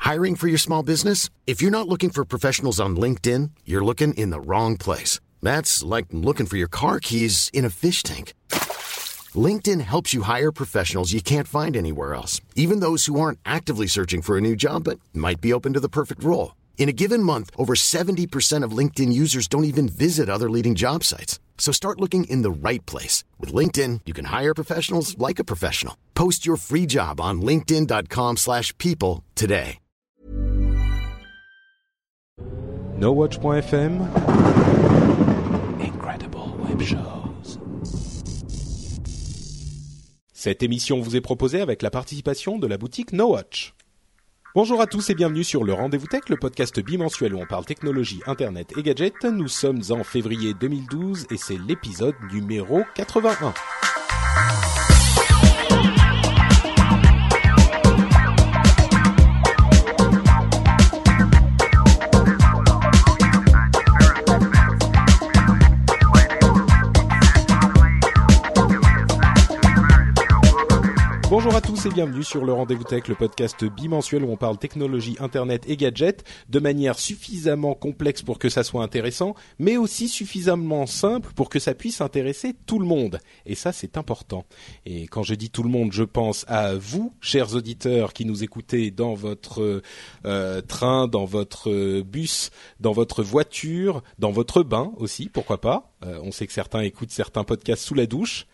Hiring for your small business? If you're not looking for professionals on LinkedIn, you're looking in the wrong place. That's like looking for your car keys in a fish tank. LinkedIn helps you hire professionals you can't find anywhere else, even those who aren't actively searching for a new job but might be open to the perfect role. In a given month, over 70% of LinkedIn users don't even visit other leading job sites. So start looking in the right place. With LinkedIn, you can hire professionals like a professional. Post your free job on linkedin.com/people today. NoWatch.fm Incredible Web Shows. Cette émission vous est proposée avec la participation de la boutique NoWatch. Bonjour à tous et bienvenue sur le Rendez-vous Tech, le podcast bimensuel où on parle technologie, internet et gadgets. Nous sommes en février 2012 et c'est l'épisode numéro 81. Bonjour à tous et bienvenue sur le Rendez-vous Tech, le podcast bimensuel où on parle technologie, internet et gadgets de manière suffisamment complexe pour que ça soit intéressant, mais aussi suffisamment simple pour que ça puisse intéresser tout le monde. Et ça, c'est important. Et quand je dis tout le monde, je pense à vous, chers auditeurs qui nous écoutez dans votre train, dans votre bus, dans votre voiture, dans votre bain aussi, pourquoi pas. On sait que certains écoutent certains podcasts sous la douche.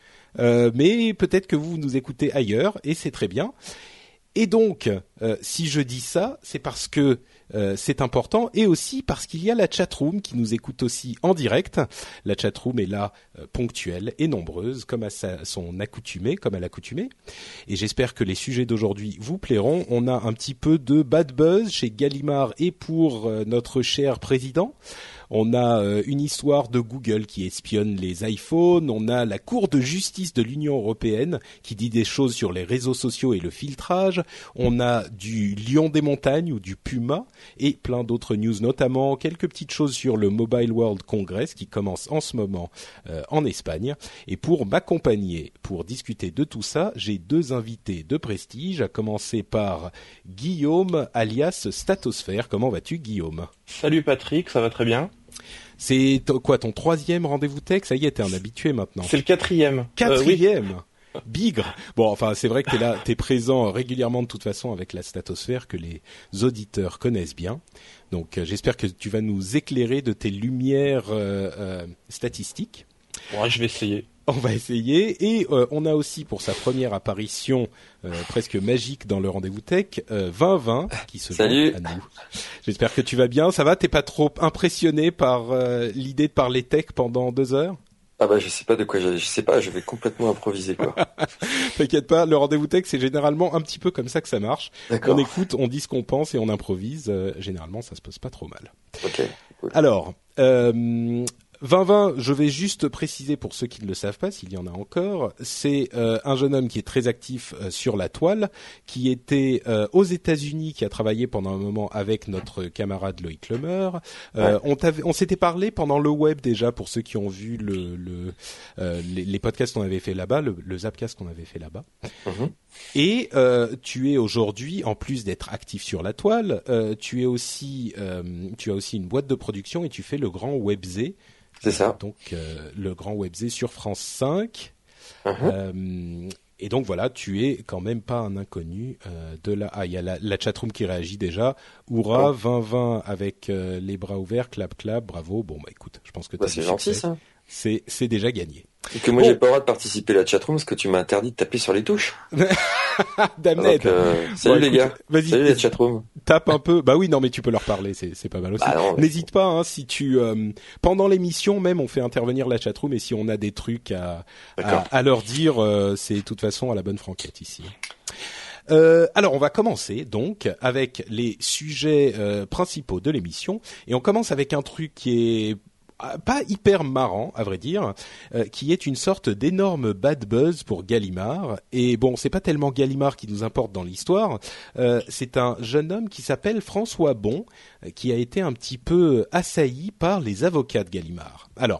Mais peut-être que vous nous écoutez ailleurs et c'est très bien. Et donc, si je dis ça, c'est parce que c'est important et aussi parce qu'il y a la chatroom qui nous écoute aussi en direct. La chatroom est là, ponctuelle et nombreuse, comme à son accoutumée, comme à l'accoutumée. Et j'espère que les sujets d'aujourd'hui vous plairont. On a un petit peu de bad buzz chez Gallimard et pour notre cher président. On a une histoire de Google qui espionne les iPhones. On a la Cour de justice de l'Union européenne qui dit des choses sur les réseaux sociaux et le filtrage. On a du lion des montagnes ou du puma et plein d'autres news, notamment quelques petites choses sur le Mobile World Congress qui commence en ce moment en Espagne. Et pour m'accompagner, pour discuter de tout ça, j'ai deux invités de prestige, à commencer par Guillaume alias Statosphère. Comment vas-tu, Guillaume ? Salut Patrick, ça va très bien. C'est quoi ton troisième rendez-vous tech ? Ça y est, t'es un habitué maintenant. C'est le quatrième. Quatrième. Oui. Bigre. Bon, enfin, c'est vrai que t'es présent régulièrement de toute façon avec la Statosphère que les auditeurs connaissent bien. Donc, j'espère que tu vas nous éclairer de tes lumières statistiques. Ouais, je vais essayer. On va essayer et on a aussi pour sa première apparition presque magique dans le Rendez-vous Tech 2020 qui se joint à nous. J'espère que tu vas bien. Ça va ? T'es pas trop impressionné par l'idée de parler tech pendant 2 heures ? Ah bah je sais pas de quoi je sais pas, je vais complètement improviser quoi. T'inquiète pas, le Rendez-vous Tech c'est généralement un petit peu comme ça que ça marche. D'accord. On écoute, on dit ce qu'on pense et on improvise. Généralement ça se passe pas trop mal. Ok. Cool. Alors 2020, je vais juste préciser pour ceux qui ne le savent pas, s'il y en a encore, c'est un jeune homme qui est très actif sur la toile, qui était aux États-Unis, qui a travaillé pendant un moment avec notre camarade Loïc Lemer. Ouais. On s'était parlé pendant le web déjà pour ceux qui ont vu les podcasts qu'on avait fait là-bas, le Zapcast qu'on avait fait là-bas. Mm-hmm. Et tu es aujourd'hui, en plus d'être actif sur la toile, tu as aussi une boîte de production et tu fais le Grand Webzé. C'est ça. Donc le Grand Webzé sur France 5. Mm-hmm. Et donc voilà, tu es quand même pas un inconnu de la... Ah, il y a la chatroom qui réagit déjà. Oura, 2020 avec les bras ouverts, clap clap, bravo. Bon bah écoute, je pense que t'as c'est gentil ça. C'est déjà gagné. Et que moi j'ai pas le droit de participer à la chatroom parce que tu m'as interdit de taper sur les touches. Damned. Salut Bon, les gars. Vas-y, salut la chatroom. Tape un peu. Bah oui, non mais tu peux leur parler, c'est pas mal aussi. Bah non, N'hésite pas hein, si tu pendant l'émission même on fait intervenir la chatroom et si on a des trucs à leur dire, c'est de toute façon à la bonne franquette ici. Alors on va commencer donc avec les sujets principaux de l'émission et on commence avec un truc qui est pas hyper marrant à vrai dire, qui est une sorte d'énorme bad buzz pour Gallimard. Et bon, c'est pas tellement Gallimard qui nous importe dans l'histoire, c'est un jeune homme qui s'appelle François Bon, qui a été un petit peu assailli par les avocats de Gallimard. Alors,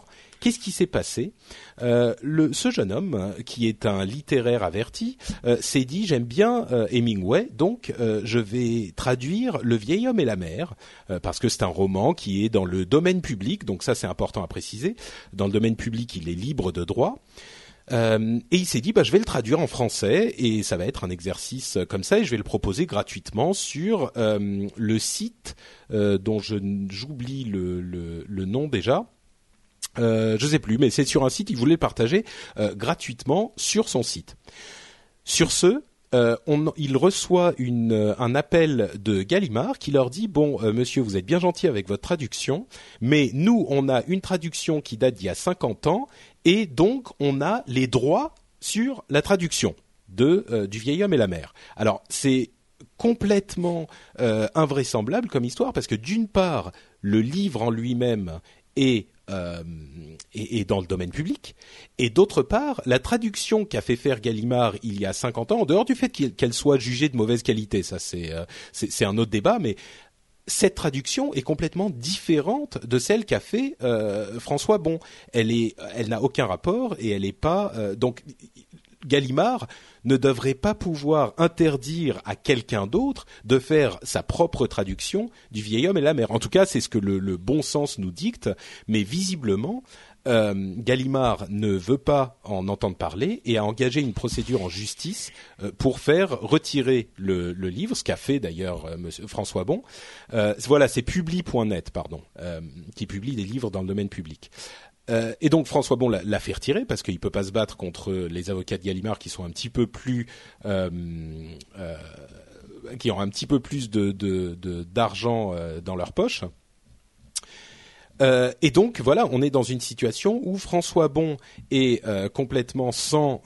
qu'est-ce qui s'est passé? Ce jeune homme, qui est un littéraire averti, s'est dit j'aime bien Hemingway, donc je vais traduire Le vieil homme et la mer, parce que c'est un roman qui est dans le domaine public, donc ça c'est important à préciser. Dans le domaine public, il est libre de droit. Et il s'est dit, je vais le traduire en français et ça va être un exercice comme ça et je vais le proposer gratuitement sur le site dont j'oublie le nom déjà. Je sais plus, mais c'est sur un site. Il voulait le partager gratuitement sur son site. Sur ce, il reçoit un appel de Gallimard qui leur dit monsieur, vous êtes bien gentil avec votre traduction, mais nous on a une traduction qui date d'il y a 50 ans et donc on a les droits sur la traduction du vieil homme et la mer. Alors c'est complètement invraisemblable comme histoire parce que d'une part le livre en lui-même est dans le domaine public, et d'autre part, la traduction qu'a fait faire Gallimard il y a 50 ans, en dehors du fait qu'elle soit jugée de mauvaise qualité, ça c'est un autre débat, mais cette traduction est complètement différente de celle qu'a fait François Bon. Elle n'a aucun rapport et elle est pas donc Gallimard ne devrait pas pouvoir interdire à quelqu'un d'autre de faire sa propre traduction du vieil homme et la mer. En tout cas, c'est ce que le bon sens nous dicte, mais visiblement, Gallimard ne veut pas en entendre parler et a engagé une procédure en justice pour faire retirer le livre, ce qu'a fait d'ailleurs monsieur François Bon. Voilà, c'est Publi.net, qui publie des livres dans le domaine public. Et donc François Bon l'a fait retirer parce qu'il peut pas se battre contre les avocats de Gallimard qui sont un petit peu plus qui ont un petit peu plus d'argent dans leur poche. Et donc voilà, on est dans une situation où François Bon est complètement sans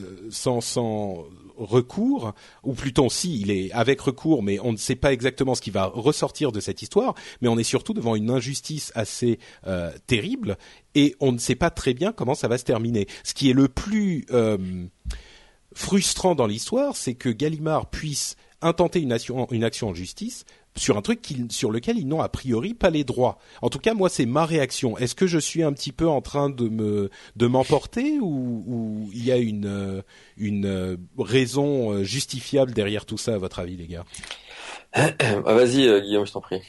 recours, ou plutôt si, il est avec recours, mais on ne sait pas exactement ce qui va ressortir de cette histoire, mais on est surtout devant une injustice assez terrible, et on ne sait pas très bien comment ça va se terminer. Ce qui est le plus frustrant dans l'histoire, c'est que Gallimard puisse intenter une action en justice sur un truc sur lequel ils n'ont a priori pas les droits. En tout cas, moi, c'est ma réaction. Est-ce que je suis un petit peu en train de m'emporter ou il y a une raison justifiable derrière tout ça, à votre avis, les gars? Vas-y, Guillaume, je t'en prie.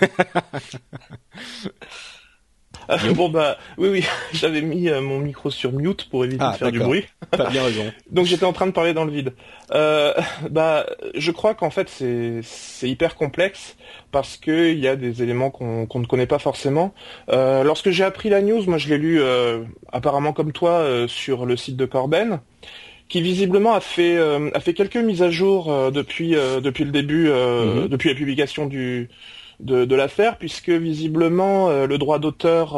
Oui, j'avais mis mon micro sur mute pour éviter de faire du bruit. T'as bien raison. Donc j'étais en train de parler dans le vide. Je crois qu'en fait c'est hyper complexe parce que il y a des éléments qu'on ne connaît pas forcément. Lorsque j'ai appris la news, moi je l'ai lu apparemment comme toi sur le site de Corben, qui visiblement a fait quelques mises à jour depuis le début, depuis la publication de l'affaire, puisque visiblement le droit d'auteur,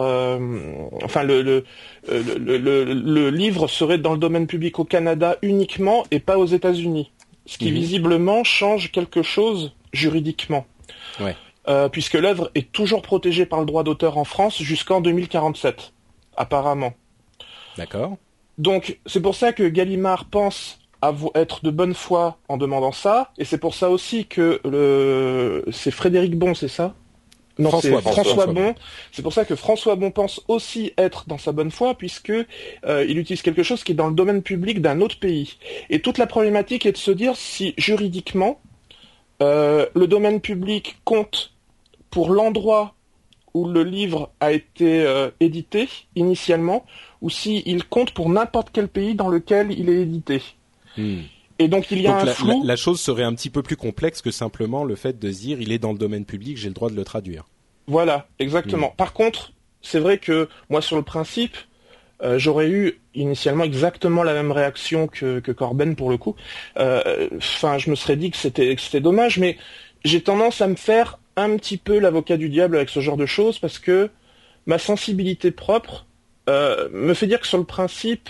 le livre serait dans le domaine public au Canada uniquement et pas aux États-Unis, ce qui visiblement change quelque chose juridiquement. Ouais. Puisque l'œuvre est toujours protégée par le droit d'auteur en France jusqu'en 2047, apparemment. D'accord. Donc c'est pour ça que Gallimard pense être de bonne foi en demandant ça, et c'est pour ça aussi que c'est Frédéric Bon, c'est ça? Non, c'est François Bon. C'est pour ça que François Bon pense aussi être dans sa bonne foi, puisque il utilise quelque chose qui est dans le domaine public d'un autre pays. Et toute la problématique est de se dire si juridiquement le domaine public compte pour l'endroit où le livre a été édité initialement, ou si il compte pour n'importe quel pays dans lequel il est édité. Et donc il y a un flou. La chose serait un petit peu plus complexe que simplement le fait de se dire il est dans le domaine public, j'ai le droit de le traduire. Voilà, exactement. Par contre, c'est vrai que moi sur le principe, j'aurais eu initialement exactement la même réaction que Corben pour le coup. Je me serais dit que c'était dommage, mais j'ai tendance à me faire un petit peu l'avocat du diable avec ce genre de choses parce que ma sensibilité propre me fait dire que sur le principe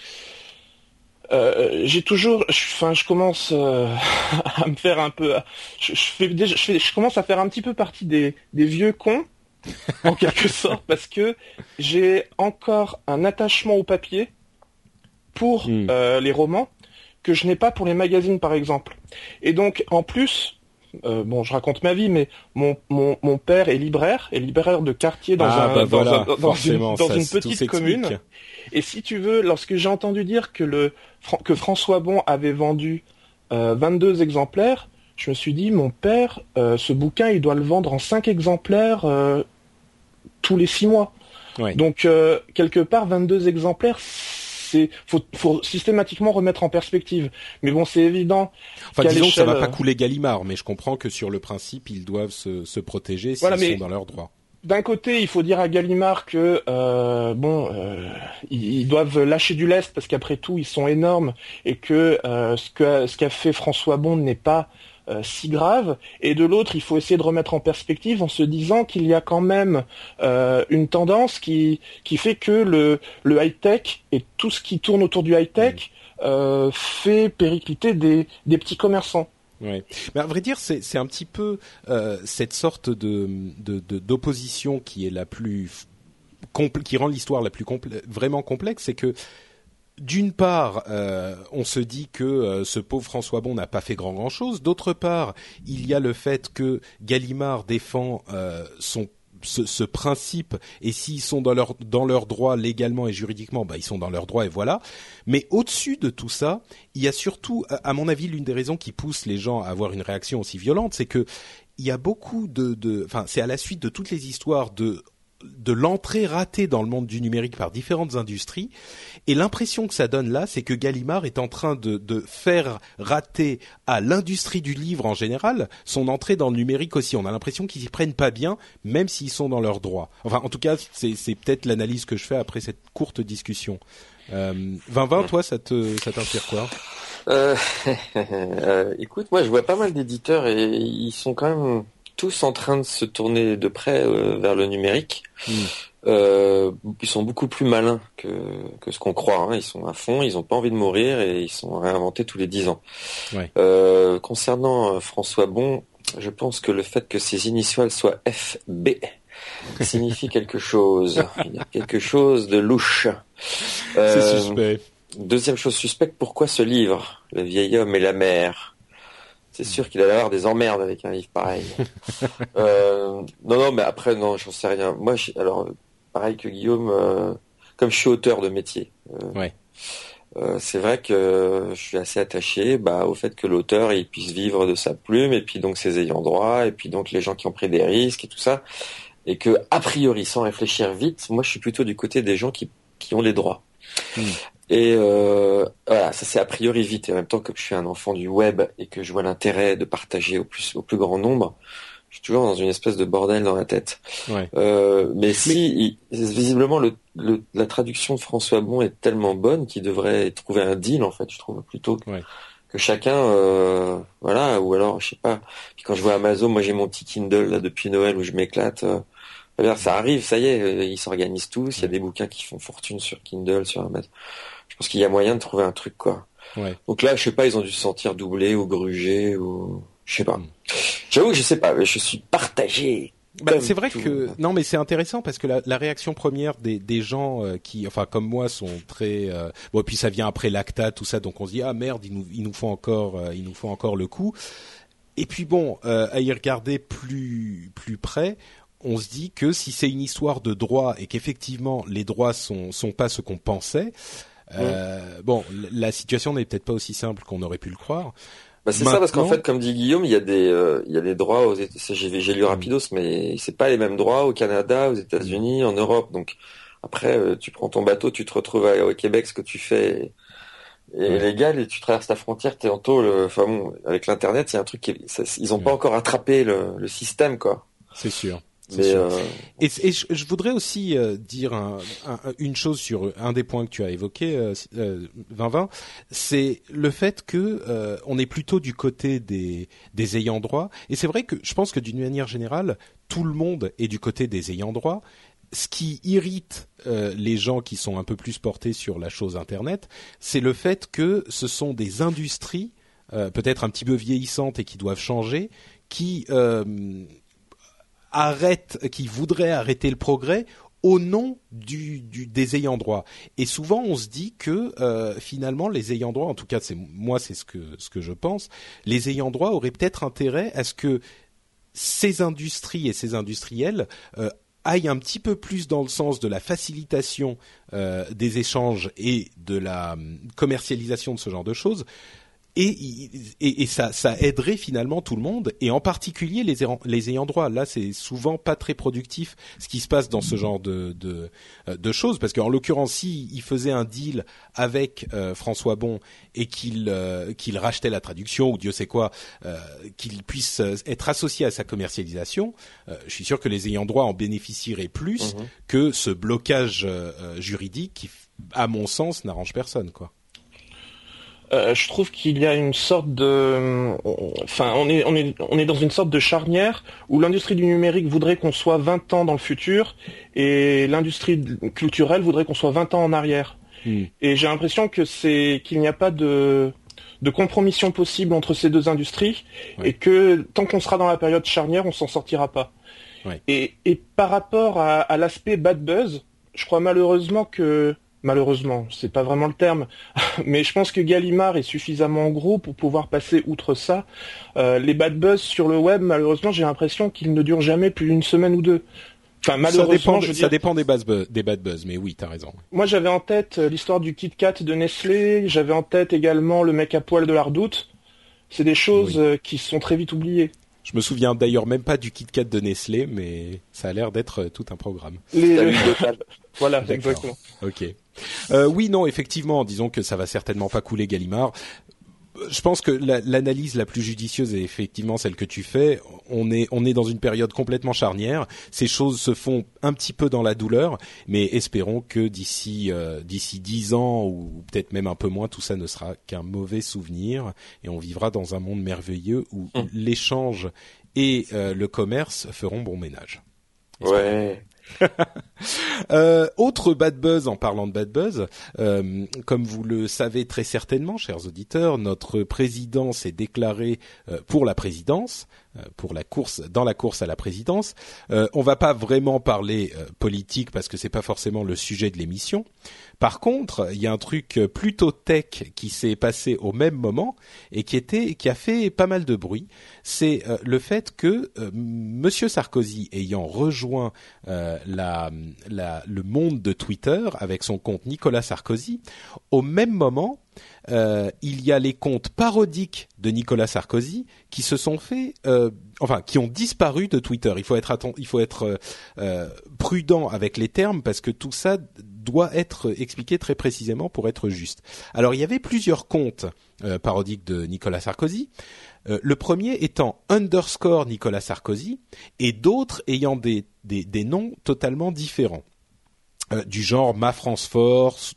je commence à me faire un peu, je commence à faire un petit peu partie des vieux cons en quelque sorte parce que j'ai encore un attachement au papier pour les romans que je n'ai pas pour les magazines par exemple. Et donc en plus, bon, je raconte ma vie, mais mon père est libraire de quartier dans une petite commune. Et si tu veux, lorsque j'ai entendu dire que François Bon avait vendu 22 exemplaires, je me suis dit, mon père, ce bouquin, il doit le vendre en 5 exemplaires tous les 6 mois. Ouais. Donc, quelque part, 22 exemplaires, faut systématiquement remettre en perspective. Mais bon, c'est évident. Enfin, disons que ça va pas couler Gallimard, mais je comprends que sur le principe, ils doivent se protéger s'ils sont dans leurs droits. D'un côté, il faut dire à Gallimard que ils doivent lâcher du lest parce qu'après tout, ils sont énormes et que ce qu'a fait François Bon n'est pas si grave. Et de l'autre, il faut essayer de remettre en perspective en se disant qu'il y a quand même une tendance qui fait que le high-tech et tout ce qui tourne autour du high-tech fait péricliter des petits commerçants. Ouais. Mais à vrai dire, c'est un petit peu cette sorte d'opposition qui est la plus qui rend l'histoire la plus vraiment complexe, c'est que d'une part, on se dit que ce pauvre François Bon n'a pas fait grand chose. D'autre part, il y a le fait que Gallimard défend ce principe, et s'ils sont dans leurs droits légalement et juridiquement, ils sont dans leurs droits et voilà. Mais au-dessus de tout ça, il y a surtout, à mon avis, l'une des raisons qui pousse les gens à avoir une réaction aussi violente, c'est que il y a beaucoup c'est à la suite de toutes les histoires de l'entrée ratée dans le monde du numérique par différentes industries, et l'impression que ça donne là, c'est que Gallimard est en train de faire rater à l'industrie du livre en général son entrée dans le numérique aussi. On a l'impression qu'ils y prennent pas bien, même s'ils sont dans leurs droits. Enfin, en tout cas, c'est peut-être l'analyse que je fais après cette courte discussion. Vinvin, toi, ça t'inspire quoi? Écoute, moi, je vois pas mal d'éditeurs et ils sont quand même tous en train de se tourner de près vers le numérique. Ils sont beaucoup plus malins que ce qu'on croit. Ils sont à fond, ils n'ont pas envie de mourir et ils sont réinventés tous les 10 ans. Ouais. Concernant François Bon, je pense que le fait que ses initiales soient FB signifie quelque chose. Il y a quelque chose de louche. C'est suspect. Deuxième chose suspecte, pourquoi ce livre, Le vieil homme et la mer? C'est sûr qu'il allait avoir des emmerdes avec un livre pareil. Non, mais après, non, j'en sais rien. Moi, alors, pareil que Guillaume, comme je suis auteur de métier, c'est vrai que je suis assez attaché au fait que l'auteur il puisse vivre de sa plume, et puis donc ses ayants droit, et puis donc les gens qui ont pris des risques et tout ça, et que a priori, sans réfléchir vite, moi je suis plutôt du côté des gens qui ont les droits. Et voilà, ça c'est a priori vite. Et en même temps, comme je suis un enfant du web et que je vois l'intérêt de partager au plus grand nombre, je suis toujours dans une espèce de bordel dans la tête. Ouais. Mais visiblement la traduction de François Bon est tellement bonne qu'il devrait trouver un deal en fait. Je trouve plutôt que chacun, voilà, ou alors je sais pas. Puis quand je vois Amazon, moi j'ai mon petit Kindle là depuis Noël où je m'éclate. Ça arrive, ça y est, ils s'organisent tous. Il y a des bouquins qui font fortune sur Kindle, sur Amazon. Je pense qu'il y a moyen de trouver un truc, quoi. Ouais. Donc là, je sais pas, ils ont dû se sentir doublés ou grugés ou je sais pas. J'avoue que je sais pas, mais je suis partagé. C'est vrai que non, mais c'est intéressant parce que la réaction première des gens qui, enfin comme moi, sont très bon. Et puis ça vient après l'ACTA, tout ça, donc on se dit ah merde, ils nous font encore le coup. Et puis bon, à y regarder plus près, on se dit que si c'est une histoire de droit et qu'effectivement les droits sont pas ce qu'on pensait, bon, la situation n'est peut-être pas aussi simple qu'on aurait pu le croire. C'est ça, parce qu'en fait, comme dit Guillaume, il y a des droits aux États-Unis. J'ai lu rapidos, mais c'est pas les mêmes droits au Canada, aux États-Unis, en Europe. Donc après, tu prends ton bateau, tu te retrouves au Québec, ce que tu fais est légal, et tu traverses ta frontière, t'es en tôle. Enfin bon, avec l'internet, il y a un truc ils ont pas encore attrapé le système, quoi. C'est sûr. Et je voudrais aussi dire une chose sur un des points que tu as évoqué, Vinvin, c'est le fait que on est plutôt du côté des ayants droit. Et c'est vrai que je pense que d'une manière générale, tout le monde est du côté des ayants droit. Ce qui irrite les gens qui sont un peu plus portés sur la chose Internet, c'est le fait que ce sont des industries peut-être un petit peu vieillissantes et qui doivent changer, qui voudraient arrêter le progrès au nom des ayants droit. Et souvent, on se dit que finalement, les ayants droit, en tout cas, c'est ce que je pense, les ayants droit auraient peut-être intérêt à ce que ces industries et ces industriels aillent un petit peu plus dans le sens de la facilitation des échanges et de la commercialisation de ce genre de choses. Et ça aiderait finalement tout le monde, et en particulier les ayants droit. Là, c'est souvent pas très productif ce qui se passe dans ce genre de choses, parce qu'en l'occurrence, si il faisait un deal avec François Bon et qu'il rachetait la traduction ou Dieu sait quoi, qu'il puisse être associé à sa commercialisation, je suis sûr que les ayants droit en bénéficieraient plus que ce blocage juridique qui, à mon sens, n'arrange personne, quoi. Je trouve qu'il y a une sorte de, enfin, on est dans une sorte de charnière où l'industrie du numérique voudrait qu'on soit 20 ans dans le futur et l'industrie culturelle voudrait qu'on soit 20 ans en arrière. Et j'ai l'impression que qu'il n'y a pas de compromission possible entre ces deux industries, et que tant qu'on sera dans la période charnière, on s'en sortira pas. Ouais. Et par rapport à l'aspect bad buzz, je crois malheureusement, c'est pas vraiment le terme, mais je pense que Gallimard est suffisamment gros pour pouvoir passer outre ça. Les bad buzz sur le web, malheureusement, j'ai l'impression qu'ils ne durent jamais plus d'une semaine ou deux. Enfin, malheureusement, ça dépend des bad buzz, mais oui, t'as raison. Moi, j'avais en tête l'histoire du Kit Kat de Nestlé, j'avais en tête également le mec à poil de la Redoute. C'est des choses qui sont très vite oubliées. Je me souviens d'ailleurs même pas du Kit Kat de Nestlé, mais ça a l'air d'être tout un programme. Voilà, exactement. Ok. Oui, non, effectivement, disons que ça va certainement pas couler Gallimard. Je pense que l'analyse la plus judicieuse est effectivement celle que tu fais. On est dans une période complètement charnière. Ces choses se font un petit peu dans la douleur, mais espérons que d'ici 10 ans ou peut-être même un peu moins, tout ça ne sera qu'un mauvais souvenir et on vivra dans un monde merveilleux où l'échange et le commerce feront bon ménage. Ouais. Autre bad buzz, en parlant de bad buzz, comme vous le savez très certainement, chers auditeurs, notre président s'est déclaré pour la présidence, dans la course à la présidence. On va pas vraiment parler politique parce que c'est pas forcément le sujet de l'émission. Par contre, il y a un truc plutôt tech qui s'est passé au même moment et qui a fait pas mal de bruit. C'est le fait que Monsieur Sarkozy, ayant rejoint le monde de Twitter avec son compte Nicolas Sarkozy, au même moment, il y a les comptes parodiques de Nicolas Sarkozy qui se sont qui ont disparu de Twitter. Il faut être prudent avec les termes parce que tout ça doit être expliqué très précisément pour être juste. Alors, il y avait plusieurs comptes parodiques de Nicolas Sarkozy. Le premier étant _ Nicolas Sarkozy et d'autres ayant des noms totalement différents. Du genre Ma France Forte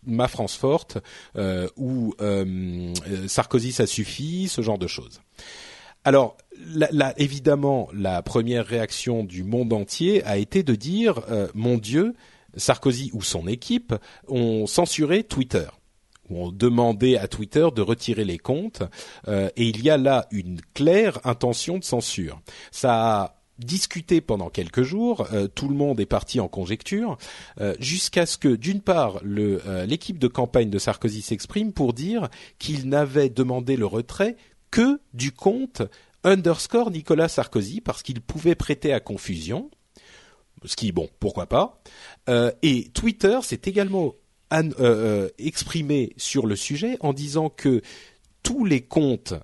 ou Sarkozy ça suffit, ce genre de choses. Alors évidemment, la première réaction du monde entier a été de dire mon Dieu, Sarkozy ou son équipe ont censuré Twitter, ou ont demandé à Twitter de retirer les comptes, et il y a là une claire intention de censure. Ça a discuté pendant quelques jours, tout le monde est parti en conjecture, jusqu'à ce que, d'une part, l'équipe de campagne de Sarkozy s'exprime pour dire qu'il n'avait demandé le retrait que du compte _ Nicolas Sarkozy, parce qu'il pouvait prêter à confusion, ce qui, bon, pourquoi pas. Et Twitter s'est également exprimé sur le sujet en disant que tous les comptes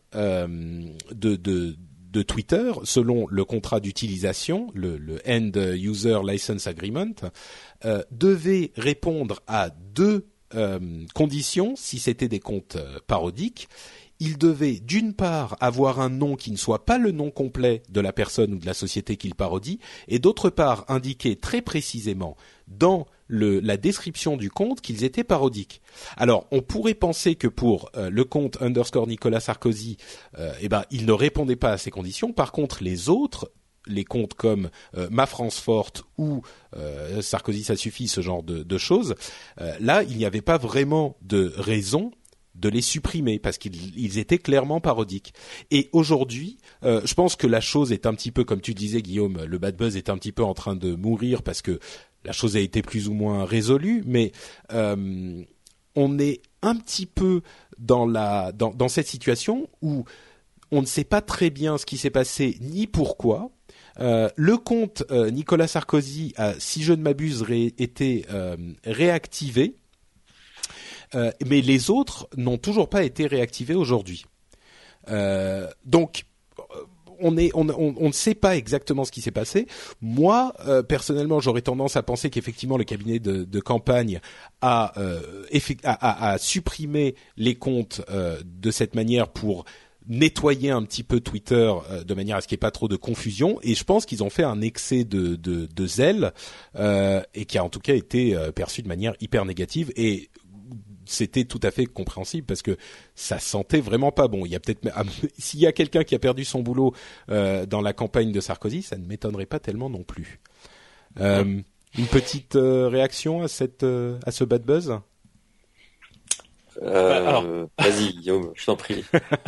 de Twitter, selon le contrat d'utilisation, le End User License Agreement, devaient répondre à deux conditions si c'était des comptes parodiques. Il devait d'une part avoir un nom qui ne soit pas le nom complet de la personne ou de la société qu'il parodie, et d'autre part indiquer très précisément dans la description du compte qu'ils étaient parodiques. Alors, on pourrait penser que pour le compte _ Nicolas Sarkozy, il ne répondait pas à ces conditions. Par contre, les autres, les comptes comme Ma France Forte ou Sarkozy ça suffit, ce genre de choses, là, il n'y avait pas vraiment de raison de les supprimer parce qu'ils étaient clairement parodiques. Et aujourd'hui, je pense que la chose est un petit peu, comme tu disais Guillaume, le bad buzz est un petit peu en train de mourir parce que la chose a été plus ou moins résolue, mais on est un petit peu dans cette situation où on ne sait pas très bien ce qui s'est passé ni pourquoi. Le compte Nicolas Sarkozy a, si je ne m'abuse, été réactivé, mais les autres n'ont toujours pas été réactivés aujourd'hui. Donc on ne sait pas exactement ce qui s'est passé. Moi, personnellement, j'aurais tendance à penser qu'effectivement le cabinet de campagne a supprimé les comptes de cette manière pour nettoyer un petit peu Twitter de manière à ce qu'il n'y ait pas trop de confusion. Et je pense qu'ils ont fait un excès de zèle et qui a en tout cas été perçu de manière hyper négative. Et c'était tout à fait compréhensible parce que ça sentait vraiment pas bon. Il y a peut-être s'il y a quelqu'un qui a perdu son boulot dans la campagne de Sarkozy, ça ne m'étonnerait pas tellement non plus. Une petite réaction à ce bad buzz. Alors, vas-y Guillaume, je t'en prie.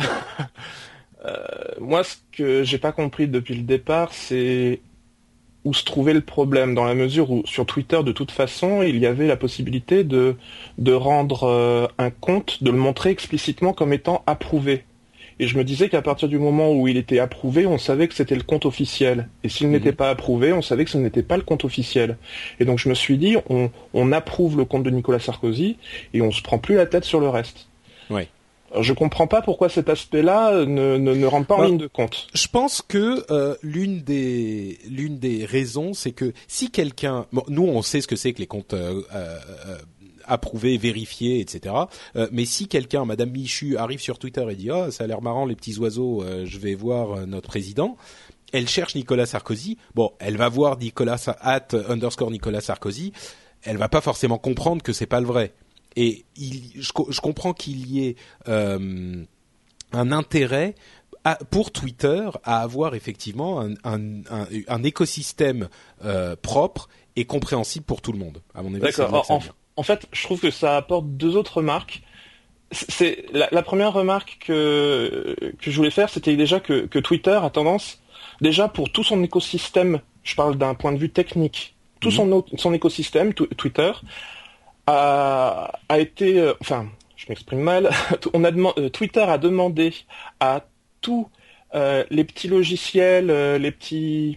Moi, ce que j'ai pas compris depuis le départ, c'est où se trouvait le problème, dans la mesure où sur Twitter, de toute façon, il y avait la possibilité de rendre un compte, de le montrer explicitement comme étant approuvé. Et je me disais qu'à partir du moment où il était approuvé, on savait que c'était le compte officiel. Et s'il n'était pas approuvé, on savait que ce n'était pas le compte officiel. Et donc je me suis dit, on approuve le compte de Nicolas Sarkozy et on se prend plus la tête sur le reste. Ouais. Alors, je comprends pas pourquoi cet aspect-là ne rentre pas en ligne de compte. Je pense que l'une des raisons, c'est que si quelqu'un, nous on sait ce que c'est que les comptes approuvés, vérifiés, etc. Mais si quelqu'un, Madame Michu, arrive sur Twitter et dit « Oh, ça a l'air marrant les petits oiseaux, je vais voir notre président », elle cherche Nicolas Sarkozy. Bon, elle va voir Nicolas Sarkozy. Elle va pas forcément comprendre que c'est pas le vrai. Et je comprends qu'il y ait un intérêt pour Twitter à avoir effectivement un écosystème propre et compréhensible pour tout le monde. À mon avis, d'accord. En fait, je trouve que ça apporte deux autres remarques. C'est la première remarque que je voulais faire, c'était déjà que Twitter a tendance, déjà pour tout son écosystème, je parle d'un point de vue technique, tout son écosystème Twitter a été, enfin, je m'exprime mal. Twitter a demandé à tous les petits logiciels, tu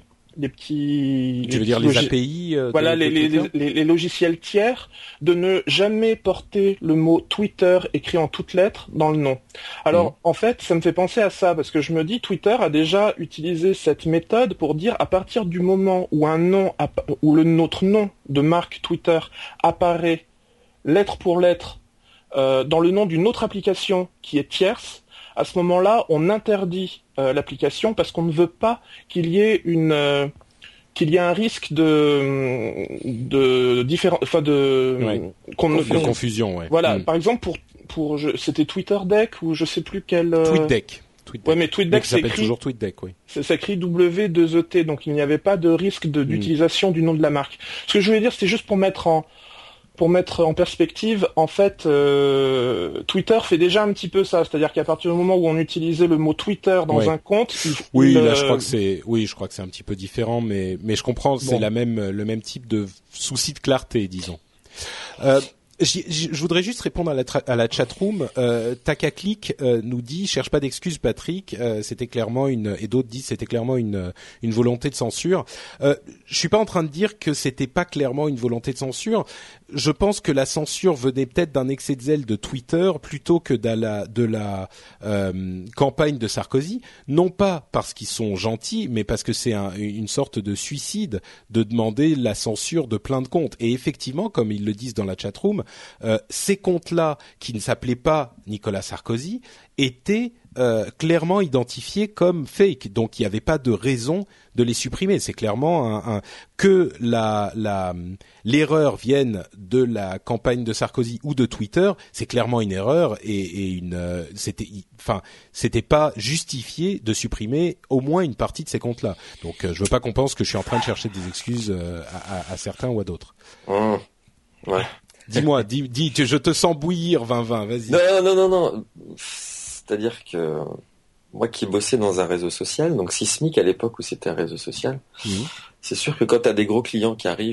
veux dire les API voilà, les logiciels tiers, de ne jamais porter le mot Twitter écrit en toutes lettres dans le nom. Alors, en fait, ça me fait penser à ça, parce que je me dis, Twitter a déjà utilisé cette méthode pour dire, à partir du moment où notre nom de marque Twitter apparaît lettre pour lettre dans le nom d'une autre application qui est tierce, à ce moment-là, on interdit l'application parce qu'on ne veut pas qu'il y ait un risque de confusion. Ouais. Voilà, par exemple c'était TwitterDeck ou je sais plus quel. TweetDeck. Ouais, mais TweetDeck ça s'appelle toujours TweetDeck, oui. Ça écrit W2ET, donc il n'y avait pas de risque d'utilisation du nom de la marque. Ce que je voulais dire, c'était juste pour mettre en perspective, en fait, Twitter fait déjà un petit peu ça, c'est-à-dire qu'à partir du moment où on utilisait le mot Twitter dans un compte, je crois que c'est un petit peu différent, mais je comprends, c'est le même type de souci de clarté, disons. Je voudrais juste répondre à la chatroom. Takaclick nous dit cherche pas d'excuses Patrick, c'était clairement et d'autres disent c'était clairement une volonté de censure. Je suis pas en train de dire que c'était pas clairement une volonté de censure. Je pense que la censure venait peut-être d'un excès de zèle de Twitter plutôt que de la campagne de Sarkozy, non pas parce qu'ils sont gentils, mais parce que c'est une sorte de suicide de demander la censure de plein de comptes. Et effectivement, comme ils le disent dans la chatroom, ces comptes-là, qui ne s'appelaient pas Nicolas Sarkozy, étaient clairement identifiés comme fake. Donc il n'y avait pas de raison de les supprimer. C'est clairement que l'erreur vienne de la campagne de Sarkozy ou de Twitter, c'est clairement une erreur et c'était pas justifié de supprimer au moins une partie de ces comptes-là. Donc je veux pas qu'on pense que je suis en train de chercher des excuses à certains ou à d'autres. Ouais. Dis-moi, je te sens bouillir, Vinvin, vas-y. Non. C'est-à-dire que moi qui bossais dans un réseau social, donc Sismic à l'époque où c'était un réseau social, c'est sûr que quand tu as des gros clients qui arrivent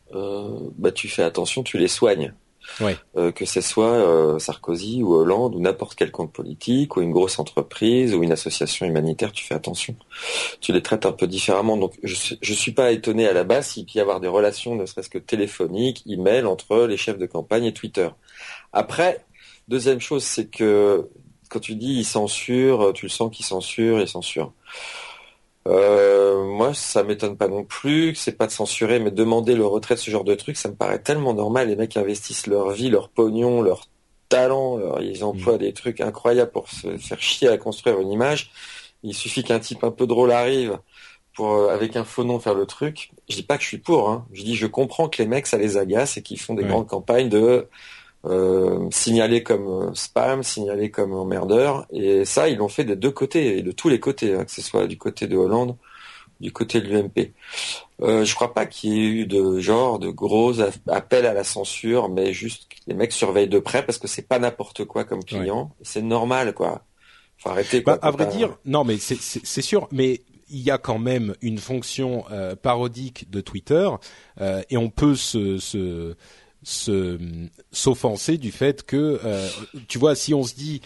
tu fais attention, tu les soignes. Ouais. Que ce soit Sarkozy ou Hollande ou n'importe quel compte politique ou une grosse entreprise ou une association humanitaire, tu fais attention. Tu les traites un peu différemment. Donc je suis pas étonné à la base s'il peut y avoir des relations, ne serait-ce que téléphoniques, email entre les chefs de campagne et Twitter. Après, deuxième chose, c'est que quand tu dis ils censurent, tu le sens qu'ils censurent, ils censurent. Moi, ça m'étonne pas non plus que c'est pas de censurer, mais demander le retrait de ce genre de truc, ça me paraît tellement normal. Les mecs investissent leur vie, leur pognon, leur talent, ils emploient des trucs incroyables pour se faire chier à construire une image. Il suffit qu'un type un peu drôle arrive pour, avec un faux nom, faire le truc. Je dis pas que je suis pour, hein. Je dis, je comprends que les mecs, ça les agace et qu'ils font des grandes campagnes de signaler comme spam, signaler comme emmerdeur, et ça ils l'ont fait des deux côtés et de tous les côtés, hein, que ce soit du côté de Hollande, du côté de l'UMP. Je crois pas qu'il y ait eu de gros appels à la censure, mais juste que les mecs surveillent de près parce que c'est pas n'importe quoi comme client, c'est normal quoi. Faut arrêter quoi. À vrai dire, non mais c'est sûr, mais il y a quand même une fonction parodique de Twitter et on peut s'offenser du fait que tu vois, si on se dit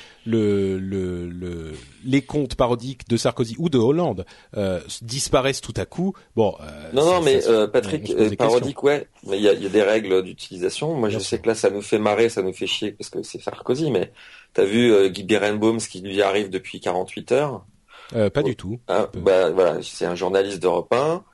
les comptes parodiques de Sarkozy ou de Hollande disparaissent tout à coup, Patrick, parodique, ouais, mais il y a des règles d'utilisation. Moi, je sais que là, ça nous fait marrer, ça nous fait chier parce que c'est Sarkozy, mais t'as vu Guy Berenbaum, ce qui lui arrive depuis 48 heures? Pas du tout. Voilà, c'est un journaliste d'Europe 1.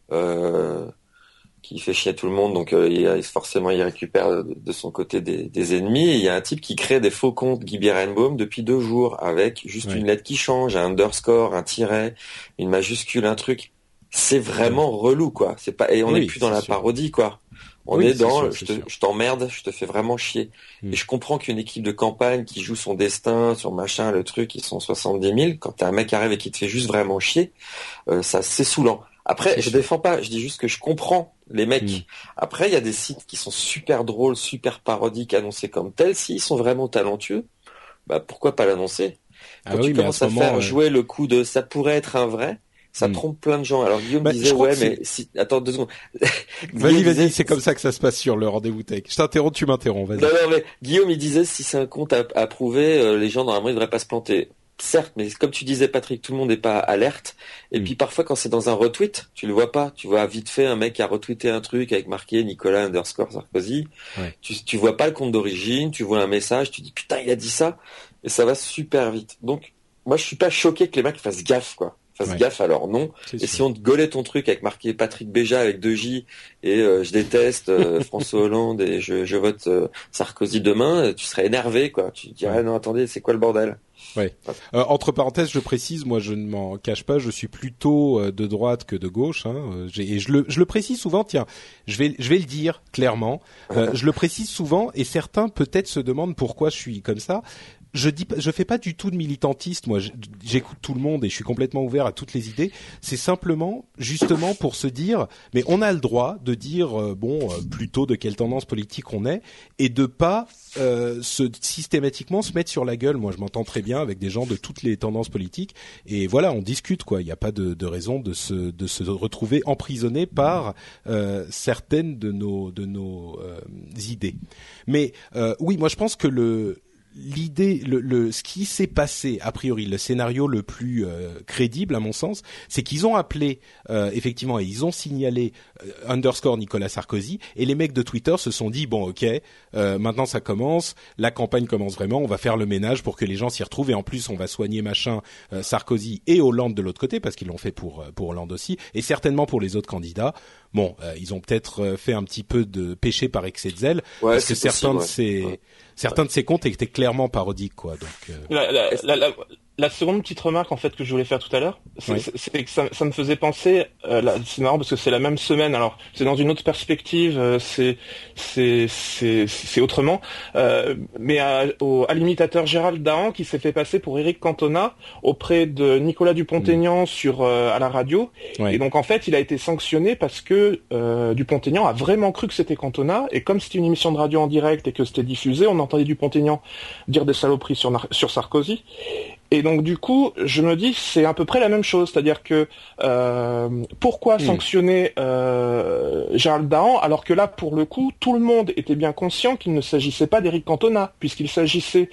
Qui fait chier tout le monde, donc forcément il récupère de son côté des ennemis. Et il y a un type qui crée des faux comptes Guy Berenbaum depuis 2 jours avec juste une lettre qui change, un underscore, un tiret, une majuscule, un truc. C'est vraiment relou quoi. C'est pas, et on n'est plus dans la parodie quoi. On est dans je t'emmerde, je te fais vraiment chier. Et je comprends qu'une équipe de campagne qui joue son destin sur machin, le truc, ils sont 70 000. Quand t'as un mec qui arrive et qui te fait juste vraiment chier, ça c'est saoulant. Après, je défends pas, je dis juste que je comprends les mecs. Après, il y a des sites qui sont super drôles, super parodiques, annoncés comme tels. S'ils sont vraiment talentueux, pourquoi pas l'annoncer? Quand tu commences à faire jouer le coup de ça pourrait être un vrai, ça trompe plein de gens. Alors Guillaume disait mais si... Attends 2 secondes. Vas-y, c'est comme ça que ça se passe sur le rendez-vous tech. Je t'interromps, tu m'interromps, vas-y. Non, mais Guillaume il disait si c'est un compte à prouver, les gens normalement ils devraient pas se planter. Certes, mais comme tu disais Patrick, tout le monde n'est pas alerte. Et puis parfois quand c'est dans un retweet, tu le vois pas. Tu vois vite fait un mec qui a retweeté un truc avec marqué Nicolas _ Sarkozy. Tu vois pas le compte d'origine, tu vois un message, tu dis putain il a dit ça. Et ça va super vite. Donc moi je suis pas choqué que les mecs fassent gaffe quoi. Gaffe à leur nom. Et si on te gaulait ton truc avec marqué Patrick Béja avec 2 J et je déteste François Hollande et je vote Sarkozy demain, tu serais énervé quoi. Tu dirais non attendez c'est quoi le bordel. Ouais. Entre parenthèses, je précise, moi je ne m'en cache pas, je suis plutôt de droite que de gauche. Et je le précise souvent. Tiens, je vais le dire clairement. Je le précise souvent, et certains peut-être se demandent pourquoi je suis comme ça. Je fais pas du tout de militantiste. Moi, j'écoute tout le monde et je suis complètement ouvert à toutes les idées. C'est simplement, justement, pour se dire, mais on a le droit de dire, plutôt de quelle tendance politique on est, et de pas systématiquement se mettre sur la gueule. Moi, je m'entends très bien avec des gens de toutes les tendances politiques, et voilà, on discute quoi. Il n'y a pas de raison de se retrouver emprisonné par certaines de nos idées. Mais oui, moi, je pense que l'idée, ce qui s'est passé, a priori, le scénario le plus crédible à mon sens, c'est qu'ils ont appelé effectivement et ils ont signalé _ Nicolas Sarkozy, et les mecs de Twitter se sont dit bon ok, maintenant ça commence, la campagne commence vraiment, on va faire le ménage pour que les gens s'y retrouvent, et en plus on va soigner machin Sarkozy et Hollande de l'autre côté parce qu'ils l'ont fait pour Hollande aussi, et certainement pour les autres candidats. Bon, ils ont peut-être fait un petit peu de péché par excès de zèle, parce que certains de ces comptes étaient clairement parodiques, quoi. Donc, la seconde petite remarque en fait que je voulais faire tout à l'heure, c'est que ça me faisait penser, c'est marrant parce que c'est la même semaine, alors c'est dans une autre perspective, c'est autrement, mais à l'imitateur Gérald Dahan qui s'est fait passer pour Éric Cantona auprès de Nicolas Dupont-Aignan à la radio, et donc en fait il a été sanctionné parce que Dupont-Aignan a vraiment cru que c'était Cantona, et comme c'était une émission de radio en direct et que c'était diffusé, on entendait Dupont-Aignan dire des saloperies sur Sarkozy. Et donc du coup, je me dis c'est à peu près la même chose, c'est-à-dire que pourquoi sanctionner Gérald Dahan alors que là pour le coup tout le monde était bien conscient qu'il ne s'agissait pas d'Éric Cantona puisqu'il s'agissait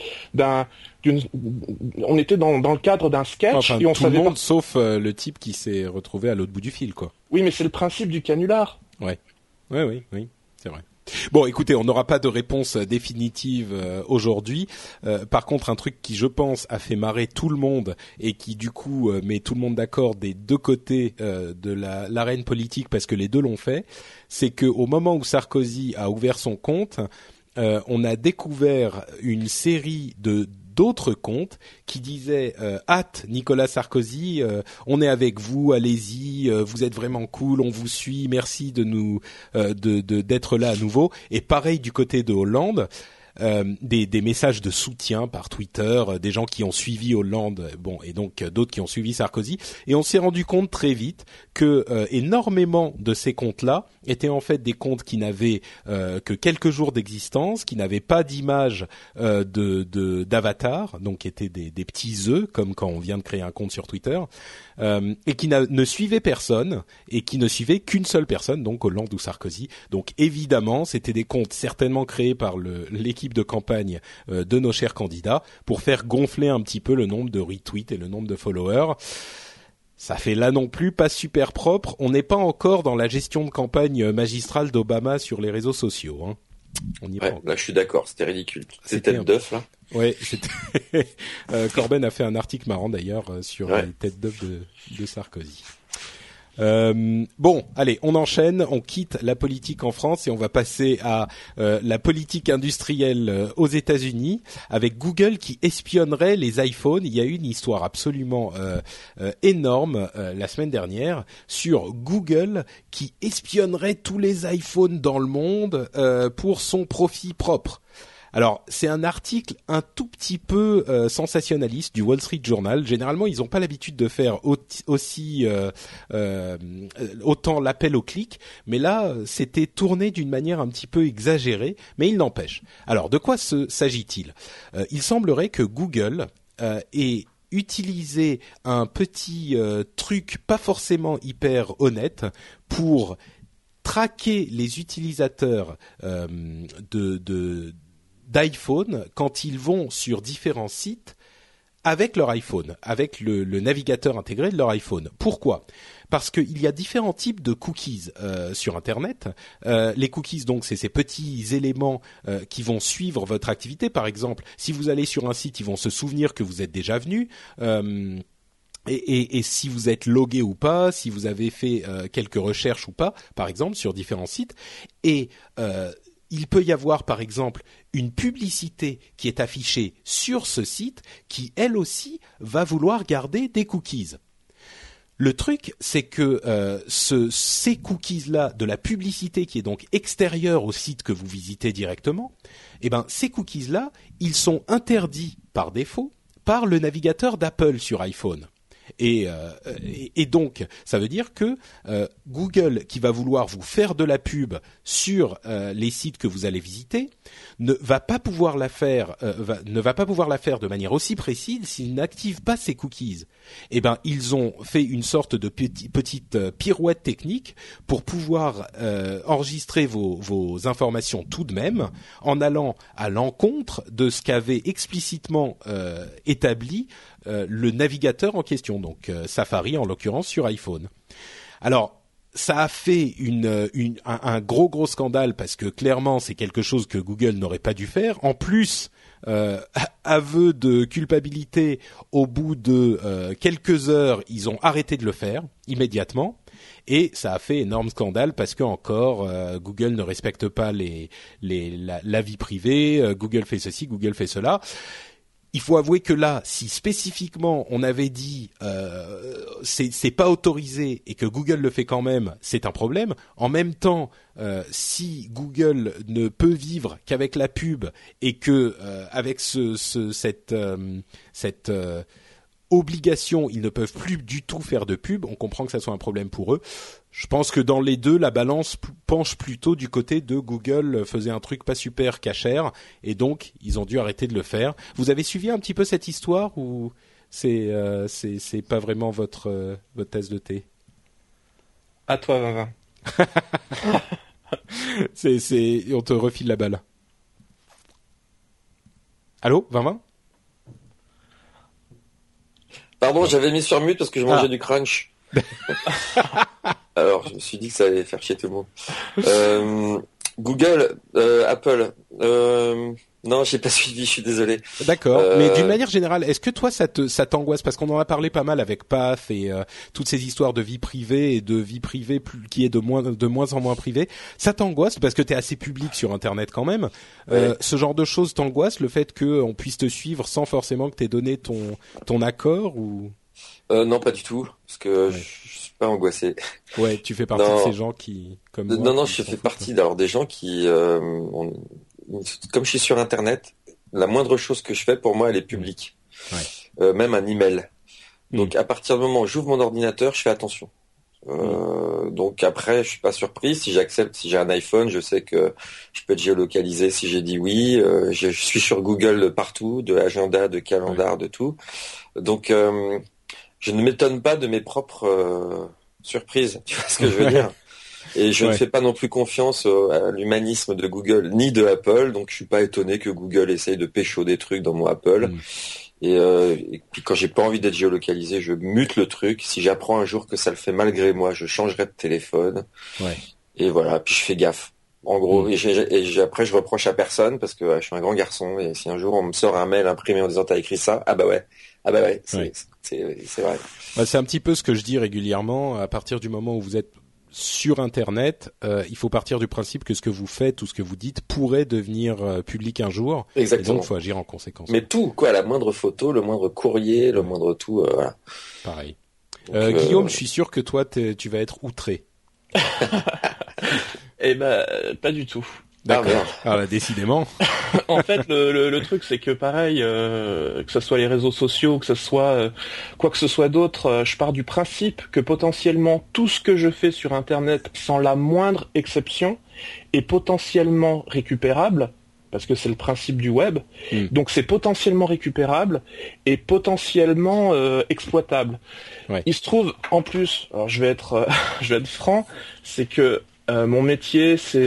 on était dans le cadre d'un sketch et on tout savait le monde sauf le type qui s'est retrouvé à l'autre bout du fil quoi. Oui mais c'est le principe du canular. Oui, c'est vrai. Bon, écoutez, on n'aura pas de réponse définitive aujourd'hui. Par contre, un truc qui, je pense, a fait marrer tout le monde et qui, du coup, met tout le monde d'accord des deux côtés de l'arène politique, parce que les deux l'ont fait, c'est que au moment où Sarkozy a ouvert son compte, on a découvert une série d'autres comptes qui disaient Nicolas Sarkozy, on est avec vous, allez-y, vous êtes vraiment cool, on vous suit, merci de nous d'être là à nouveau. Et pareil du côté de Hollande, des messages de soutien par Twitter, des gens qui ont suivi Hollande, et donc d'autres qui ont suivi Sarkozy, et on s'est rendu compte très vite que énormément de ces comptes-là étaient en fait des comptes qui n'avaient que quelques jours d'existence, qui n'avaient pas d'image d'avatar, donc qui étaient des petits œufs, comme quand on vient de créer un compte sur Twitter, et qui ne suivaient personne, et qui ne suivaient qu'une seule personne, donc Hollande ou Sarkozy. Donc évidemment, c'était des comptes certainement créés par l'équipe de campagne de nos chers candidats pour faire gonfler un petit peu le nombre de retweets et le nombre de followers. Ça fait là non plus pas super propre. On n'est pas encore dans la gestion de campagne magistrale d'Obama sur les réseaux sociaux. Hein. On y là je suis d'accord, c'était ridicule. C'était tête d'œuf là. Ouais, c'était. Corben a fait un article marrant d'ailleurs sur les têtes d'œuf de Sarkozy. Bon, allez, on enchaîne, on quitte la politique en France et on va passer à la politique industrielle aux États-Unis avec Google qui espionnerait les iPhones. Il y a eu une histoire absolument énorme la semaine dernière sur Google qui espionnerait tous les iPhones dans le monde pour son profit propre. Alors, c'est un article un tout petit peu sensationnaliste du Wall Street Journal. Généralement, ils n'ont pas l'habitude de faire autant l'appel au clic, mais là, c'était tourné d'une manière un petit peu exagérée, mais il n'empêche. Alors, de quoi s'agit-il ? Il semblerait que Google ait utilisé un petit truc pas forcément hyper honnête pour traquer les utilisateurs d'iPhone quand ils vont sur différents sites avec leur iPhone, avec le navigateur intégré de leur iPhone. Pourquoi ? Parce qu'il y a différents types de cookies sur Internet. Les cookies, donc, c'est ces petits éléments qui vont suivre votre activité. Par exemple, si vous allez sur un site, ils vont se souvenir que vous êtes déjà venu. Et si vous êtes logué ou pas, si vous avez fait quelques recherches ou pas, par exemple, sur différents sites. Et il peut y avoir, par exemple, une publicité qui est affichée sur ce site qui, elle aussi, va vouloir garder des cookies. Le truc, c'est que ces cookies-là, de la publicité qui est donc extérieure au site que vous visitez directement, ces cookies-là, ils sont interdits par défaut par le navigateur d'Apple sur iPhone. Et donc, ça veut dire que Google, qui va vouloir vous faire de la pub sur les sites que vous allez visiter, ne va pas pouvoir la faire de manière aussi précise s'il n'active pas ces cookies. Ils ont fait une sorte de petite pirouette technique pour pouvoir enregistrer vos informations tout de même, en allant à l'encontre de ce qu'avait explicitement établi le navigateur en question, donc Safari en l'occurrence sur iPhone. Alors, ça a fait un gros scandale parce que clairement c'est quelque chose que Google n'aurait pas dû faire. En plus, aveu de culpabilité, au bout de quelques heures, ils ont arrêté de le faire immédiatement. Et ça a fait énorme scandale parce que encore Google ne respecte pas la vie privée. Google fait ceci, Google fait cela. Il faut avouer que là, si spécifiquement on avait dit c'est pas autorisé et que Google le fait quand même, c'est un problème. En même temps, si Google ne peut vivre qu'avec la pub et que avec cette obligation, ils ne peuvent plus du tout faire de pub, on comprend que ça soit un problème pour eux. Je pense que dans les deux, la balance penche plutôt du côté de Google faisait un truc pas super cachère et donc ils ont dû arrêter de le faire. Vous avez suivi un petit peu cette histoire ou C'est pas vraiment votre tasse de thé. À toi, Vinvin. On te refile la balle. Allô, Vinvin? Pardon, j'avais mis sur mute parce que je mangeais du crunch. Alors, je me suis dit que ça allait faire chier tout le monde. Google, Apple. Non, j'ai pas suivi, je suis désolé. D'accord, mais d'une manière générale, est-ce que toi ça t'angoisse, parce qu'on en a parlé pas mal avec PAF et toutes ces histoires de vie privée et de vie privée qui est de moins en moins privée, ça t'angoisse parce que t'es assez public sur Internet quand même. Ouais. Ce genre de choses t'angoisse, le fait que on puisse te suivre sans forcément que t'aies donné ton accord ou non, pas du tout, parce que je suis pas angoissé. Ouais, tu fais partie de ces gens qui comme moi. Non, je fais partie d'alors des gens qui comme je suis sur Internet, la moindre chose que je fais, pour moi, elle est publique. Ouais. Même un email. Donc, à partir du moment où j'ouvre mon ordinateur, je fais attention. Donc après, je suis pas surpris. Si j'accepte, si j'ai un iPhone, je sais que je peux être géolocalisé si j'ai dit oui. Je suis sur Google partout, de agenda, de calendar, de tout. Donc, je ne m'étonne pas de mes propres surprises. Tu vois ce que je veux dire? Et je ne fais pas non plus confiance à l'humanisme de Google ni de Apple, donc je suis pas étonné que Google essaye de pécho des trucs dans mon Apple. Et puis quand j'ai pas envie d'être géolocalisé, je mute le truc. Si j'apprends un jour que ça le fait malgré moi, je changerai de téléphone. Ouais. Et voilà, puis je fais gaffe. En gros, après je reproche à personne parce que je suis un grand garçon et si un jour on me sort un mail imprimé en disant t'as écrit ça, ah bah ouais, c'est vrai. Bah, c'est un petit peu ce que je dis régulièrement. À partir du moment où vous êtes sur Internet, il faut partir du principe que ce que vous faites ou ce que vous dites pourrait devenir public un jour. Exactement. Et donc, il faut agir en conséquence. Mais tout, quoi, la moindre photo, le moindre courrier, le moindre tout, voilà. Pareil. Donc, Guillaume, je suis sûr que toi, tu vas être outré. Eh ben, pas du tout. D'accord. Alors là, décidément. En fait, le truc, c'est que pareil, que ce soit les réseaux sociaux, que ce soit quoi que ce soit d'autre, je pars du principe que potentiellement tout ce que je fais sur Internet, sans la moindre exception, est potentiellement récupérable, parce que c'est le principe du web. Donc c'est potentiellement récupérable et potentiellement exploitable. Ouais. Il se trouve, en plus, alors je vais être franc, c'est que mon métier, c'est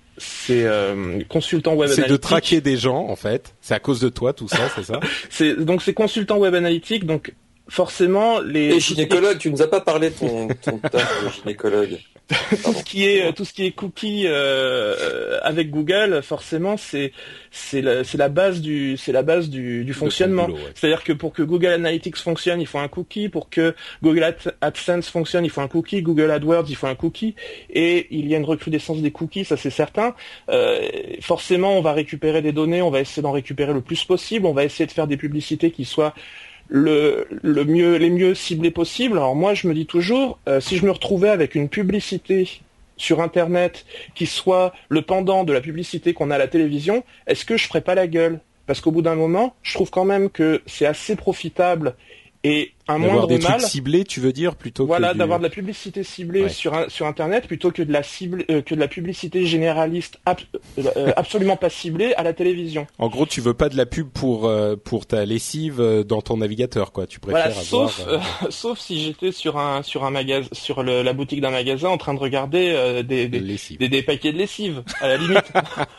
consultant web analytique. C'est de traquer des gens, en fait. C'est à cause de toi, tout ça, c'est ça? C'est consultant web analytique, donc forcément les... Et gynécologue, tu nous as pas parlé de ton taf de gynécologue. tout ce qui est cookies avec Google, forcément c'est la base du fonctionnement. Boulot, ouais. C'est-à-dire que pour que Google Analytics fonctionne, il faut un cookie. Pour que Google AdSense fonctionne, il faut un cookie. Google AdWords, il faut un cookie. Et il y a une recrudescence des cookies, ça c'est certain. Forcément, on va récupérer des données, on va essayer d'en récupérer le plus possible. On va essayer de faire des publicités qui soient les mieux ciblés possibles. Alors moi, je me dis toujours, si je me retrouvais avec une publicité sur Internet qui soit le pendant de la publicité qu'on a à la télévision, est-ce que je ferais pas la gueule? Parce qu'au bout d'un moment, je trouve quand même que c'est assez profitable et un moindre mal. D'avoir des trucs ciblés, tu veux dire, plutôt que d'avoir de la publicité ciblée sur Internet plutôt que de la publicité généraliste absolument pas ciblée à la tévision. En gros, tu veux pas de la pub pour ta lessive dans ton navigateur, quoi. Tu préfères sauf si j'étais sur un magasin, sur la boutique d'un magasin en train de regarder des paquets de lessive à la limite.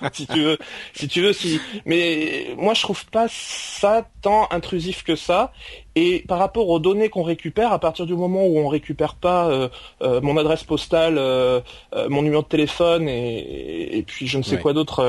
si tu veux. Mais moi, je trouve pas ça tant intrusif que ça. Et par rapport aux données qu'on récupère, à partir du moment où on récupère pas mon adresse postale, mon numéro de téléphone et puis je ne sais quoi d'autre,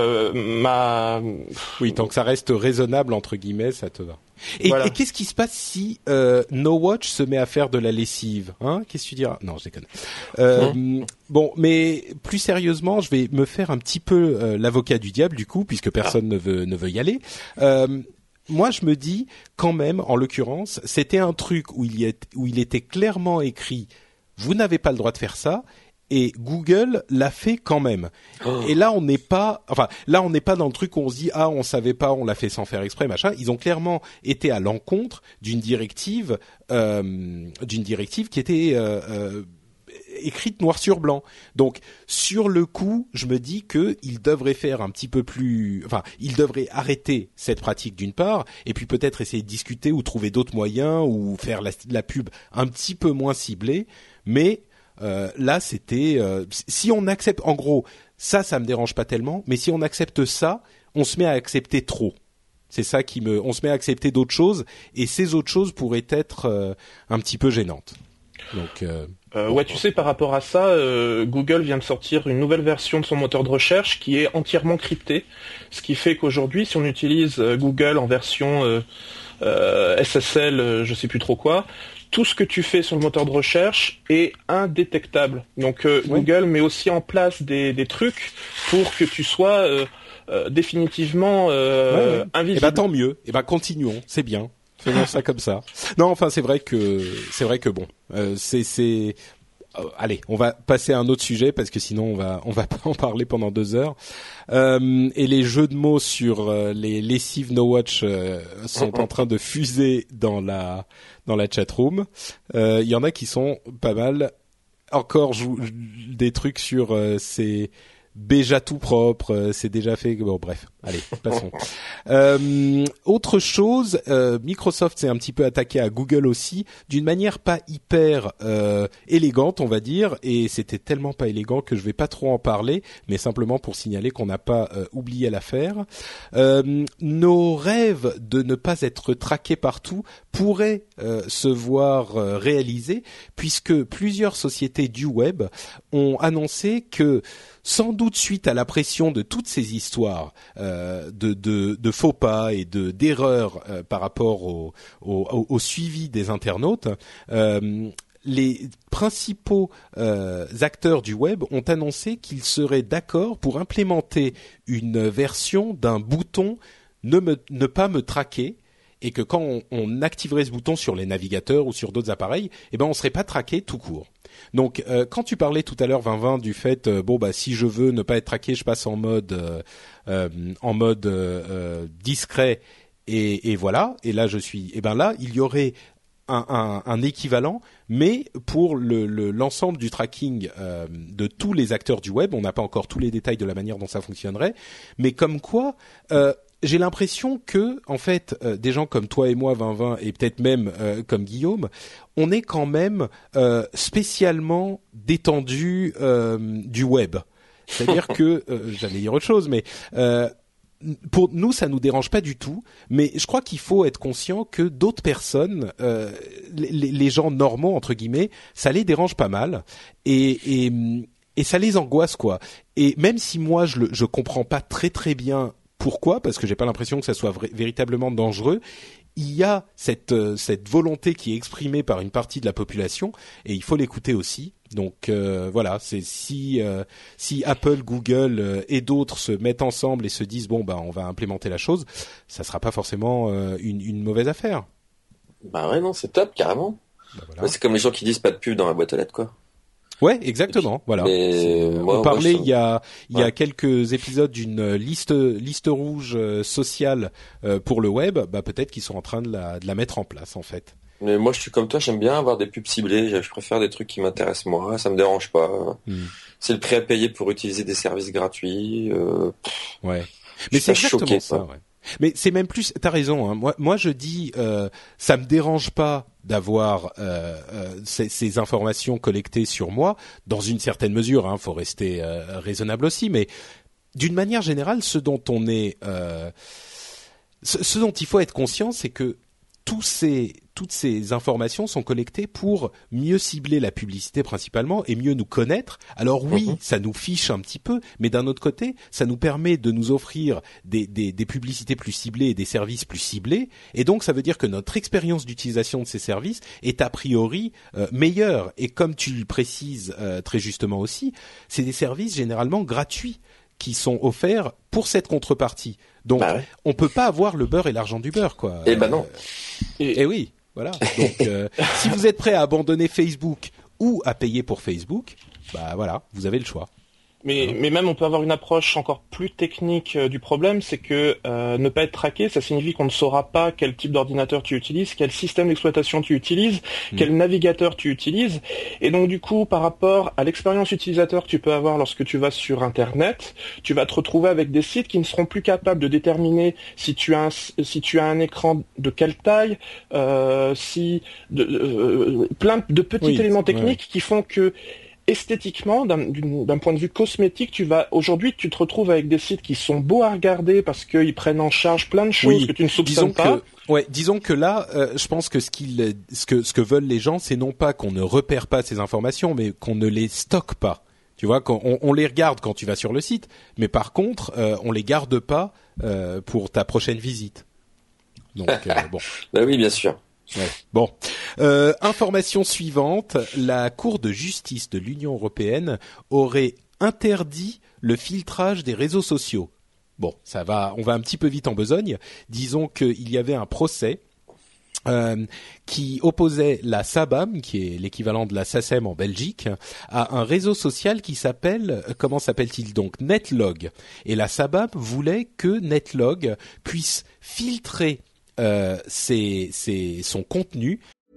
Oui, tant que ça reste raisonnable entre guillemets, ça te va. Et qu'est-ce qui se passe si No Watch se met à faire de la lessive, hein? Qu'est-ce que tu diras? Non, je déconne. Bon, mais plus sérieusement, je vais me faire un petit peu l'avocat du diable du coup, puisque personne ne veut y aller. Moi, je me dis, quand même, en l'occurrence, c'était un truc où il était clairement écrit « Vous n'avez pas le droit de faire ça », et Google l'a fait quand même. Et là, on n'est pas dans le truc où on se dit « Ah, on savait pas, on l'a fait sans faire exprès, machin ». Ils ont clairement été à l'encontre d'une directive qui était écrite noir sur blanc. Donc sur le coup, je me dis que il devrait faire un petit peu plus, enfin, il devrait arrêter cette pratique d'une part, et puis peut-être essayer de discuter ou trouver d'autres moyens ou faire la pub un petit peu moins ciblée. Mais là, c'était si on accepte, en gros, ça me dérange pas tellement. Mais si on accepte ça, on se met à accepter trop. C'est ça on se met à accepter d'autres choses, et ces autres choses pourraient être un petit peu gênantes. Donc, ouais, tu sais, par rapport à ça, Google vient de sortir une nouvelle version de son moteur de recherche qui est entièrement cryptée, ce qui fait qu'aujourd'hui, si on utilise Google en version SSL, je sais plus trop quoi, tout ce que tu fais sur le moteur de recherche est indétectable. Donc Google met aussi en place des trucs pour que tu sois définitivement invisible. Et bah tant mieux. Et bah continuons, c'est bien. Faisons ça comme ça. Non, enfin c'est vrai que bon, allez, on va passer à un autre sujet parce que sinon on va pas en parler pendant 2 heures. Et les jeux de mots sur les lessives No Watch sont en train de fuser dans la chatroom. Il y en a qui sont pas mal. Encore des trucs sur ces Béja tout propre, c'est déjà fait. Bon, bref, allez, passons. Autre chose, Microsoft s'est un petit peu attaqué à Google aussi, d'une manière pas hyper élégante, on va dire, et c'était tellement pas élégant que je vais pas trop en parler, mais simplement pour signaler qu'on n'a pas oublié l'affaire. Nos rêves de ne pas être traqués partout pourraient se voir réalisés, puisque plusieurs sociétés du web ont annoncé que, sans doute suite à la pression de toutes ces histoires de faux pas et d'erreurs par rapport au suivi des internautes, les principaux acteurs du web ont annoncé qu'ils seraient d'accord pour implémenter une version d'un bouton ne pas me traquer, et que quand on activerait ce bouton sur les navigateurs ou sur d'autres appareils, eh ben on serait pas traqué tout court. Donc quand tu parlais tout à l'heure, Vinvin, du fait si je veux ne pas être traqué, je passe en mode discret et voilà. Et là là il y aurait un équivalent, mais pour l'ensemble du tracking de tous les acteurs du web. On n'a pas encore tous les détails de la manière dont ça fonctionnerait, mais comme quoi. J'ai l'impression que, en fait, des gens comme toi et moi, Vinvin, et peut-être même comme Guillaume, on est quand même spécialement détendu du web. C'est-à-dire que, j'allais dire autre chose, mais pour nous, ça nous dérange pas du tout. Mais je crois qu'il faut être conscient que d'autres personnes, les gens normaux entre guillemets, ça les dérange pas mal, et ça les angoisse quoi. Et même si moi, je comprends pas très très bien. Pourquoi ? Parce que j'ai pas l'impression que ça soit véritablement dangereux. Il y a cette volonté qui est exprimée par une partie de la population, et il faut l'écouter aussi. Donc voilà, c'est si Apple, Google et d'autres se mettent ensemble et se disent on va implémenter la chose, ça sera pas forcément une mauvaise affaire. Bah ouais, non, c'est top carrément. Voilà. C'est comme les gens qui disent pas de pub dans la boîte aux lettres quoi. Ouais, exactement. Voilà. On parlait il y a quelques épisodes d'une liste rouge sociale pour le web. Bah peut-être qu'ils sont en train de la mettre en place en fait. Mais moi je suis comme toi, j'aime bien avoir des pubs ciblées. Je préfère des trucs qui m'intéressent moi. Ça me dérange pas. C'est le prix à payer pour utiliser des services gratuits. Ouais. Mais c'est exactement ça. Ouais. Mais c'est même plus. T'as raison. Hein. Moi, je dis, ça me dérange pas d'avoir ces informations collectées sur moi, dans une certaine mesure. Faut rester raisonnable aussi. Mais d'une manière générale, ce dont il faut être conscient, c'est que toutes ces informations sont collectées pour mieux cibler la publicité principalement et mieux nous connaître. Alors oui, ça nous fiche un petit peu, mais d'un autre côté, ça nous permet de nous offrir des publicités plus ciblées et des services plus ciblés. Et donc, ça veut dire que notre expérience d'utilisation de ces services est a priori meilleure. Et comme tu le précises très justement aussi, c'est des services généralement gratuits qui sont offerts pour cette contrepartie. Donc, on peut pas avoir le beurre et l'argent du beurre, quoi. Eh ben non. Et oui, voilà. Donc, si vous êtes prêt à abandonner Facebook ou à payer pour Facebook, bah voilà, vous avez le choix. Mais même on peut avoir une approche encore plus technique du problème, c'est que ne pas être traqué, ça signifie qu'on ne saura pas quel type d'ordinateur tu utilises, quel système d'exploitation tu utilises, quel navigateur tu utilises. Et donc du coup, par rapport à l'expérience utilisateur que tu peux avoir lorsque tu vas sur Internet, tu vas te retrouver avec des sites qui ne seront plus capables de déterminer si tu as un écran de quelle taille, plein de petits éléments techniques qui font que esthétiquement, d'un point de vue cosmétique, tu te retrouves avec des sites qui sont beaux à regarder parce qu'ils prennent en charge plein de choses que tu ne soupçonnes pas. Disons que là, je pense que ce que veulent les gens, c'est non pas qu'on ne repère pas ces informations, mais qu'on ne les stocke pas. Tu vois, on les regarde quand tu vas sur le site, mais par contre, on les garde pas pour ta prochaine visite. Donc bon. Bah oui, bien sûr. Ouais. Bon, information suivante, la Cour de justice de l'Union européenne aurait interdit le filtrage des réseaux sociaux. Bon, on va un petit peu vite en besogne. Disons qu'il y avait un procès qui opposait la SABAM, qui est l'équivalent de la SACEM en Belgique, à un réseau social qui comment s'appelle-t-il donc, Netlog. Et la SABAM voulait que Netlog puisse filtrer son contenu.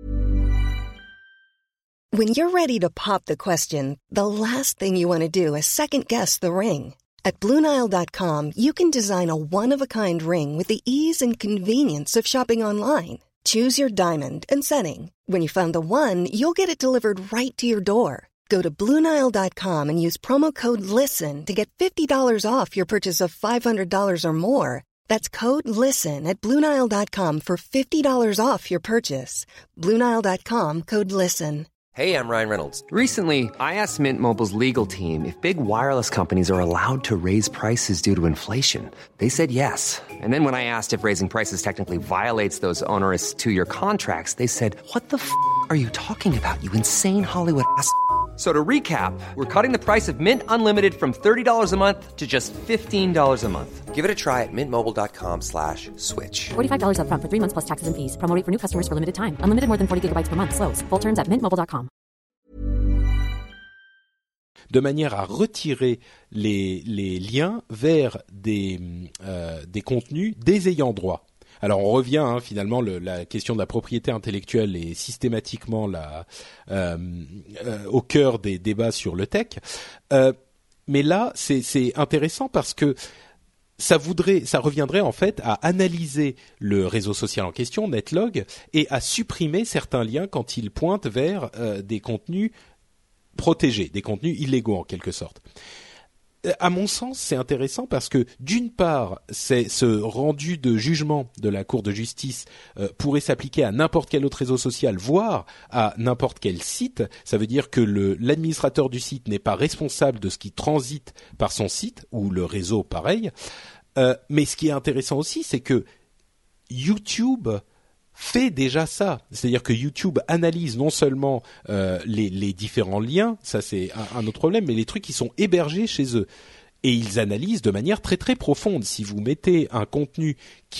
When you're ready to pop the question, the last thing you want to do is second guess the ring. At BlueNile.com, you can design a one-of-a-kind ring with the ease and convenience of shopping online. Choose your diamond and setting. When you find the one, you'll get it delivered right to your door. Go to BlueNile.com and use promo code LISTEN to get $50 off your purchase of $500 or more. That's code LISTEN at BlueNile.com for $50 off your purchase. BlueNile.com, code LISTEN. Hey, I'm Ryan Reynolds. Recently, I asked Mint Mobile's legal team if big wireless companies are allowed to raise prices due to inflation. They said yes. And then when I asked if raising prices technically violates those onerous two-year contracts, they said, "What the f*** are you talking about, you insane Hollywood ass?" So to recap, we're cutting the price of Mint Unlimited from $30 a month to just $15 a month. Give it a try at mintmobile.com/switch. $45 up front for 3 months plus taxes and fees. Promo rate for new customers for limited time. Unlimited more than 40 gigabytes per month. Slows full terms at mintmobile.com. De manière à retirer les liens vers des contenus des ayants droit. Alors on revient finalement la question de la propriété intellectuelle est systématiquement au cœur des débats sur le tech. Mais là c'est intéressant parce que ça reviendrait en fait à analyser le réseau social en question, Netlog, et à supprimer certains liens quand ils pointent vers des contenus protégés, des contenus illégaux en quelque sorte. À mon sens, c'est intéressant parce que d'une part, ce rendu de jugement de la Cour de justice pourrait s'appliquer à n'importe quel autre réseau social, voire à n'importe quel site. Ça veut dire que l'administrateur du site n'est pas responsable de ce qui transite par son site ou le réseau pareil. Mais ce qui est intéressant aussi, c'est que YouTube fait déjà ça, c'est-à-dire que YouTube analyse non seulement les différents liens, ça c'est un autre problème, mais les trucs qui sont hébergés chez eux, et ils analysent de manière très très profonde. Si vous mettez un contenu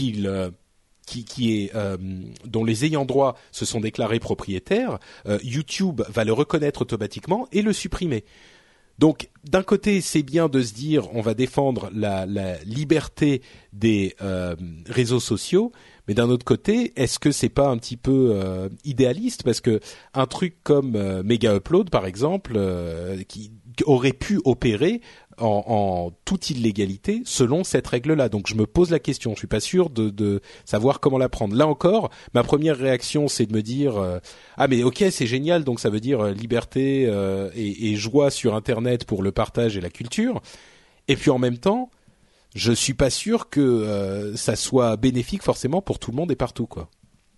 dont les ayants droit se sont déclarés propriétaires, YouTube va le reconnaître automatiquement et le supprimer. Donc, d'un côté, c'est bien de se dire, on va défendre la liberté des réseaux sociaux, mais d'un autre côté, est-ce que c'est pas un petit peu idéaliste, parce que un truc comme Mega Upload, par exemple, qui aurait pu opérer en toute illégalité selon cette règle-là. Donc je me pose la question, je suis pas sûr de savoir comment la prendre. Là encore, ma première réaction c'est de me dire ah mais ok, c'est génial, donc ça veut dire liberté et joie sur Internet pour le partage et la culture. Et puis en même temps, je suis pas sûr que ça soit bénéfique forcément pour tout le monde et partout, quoi.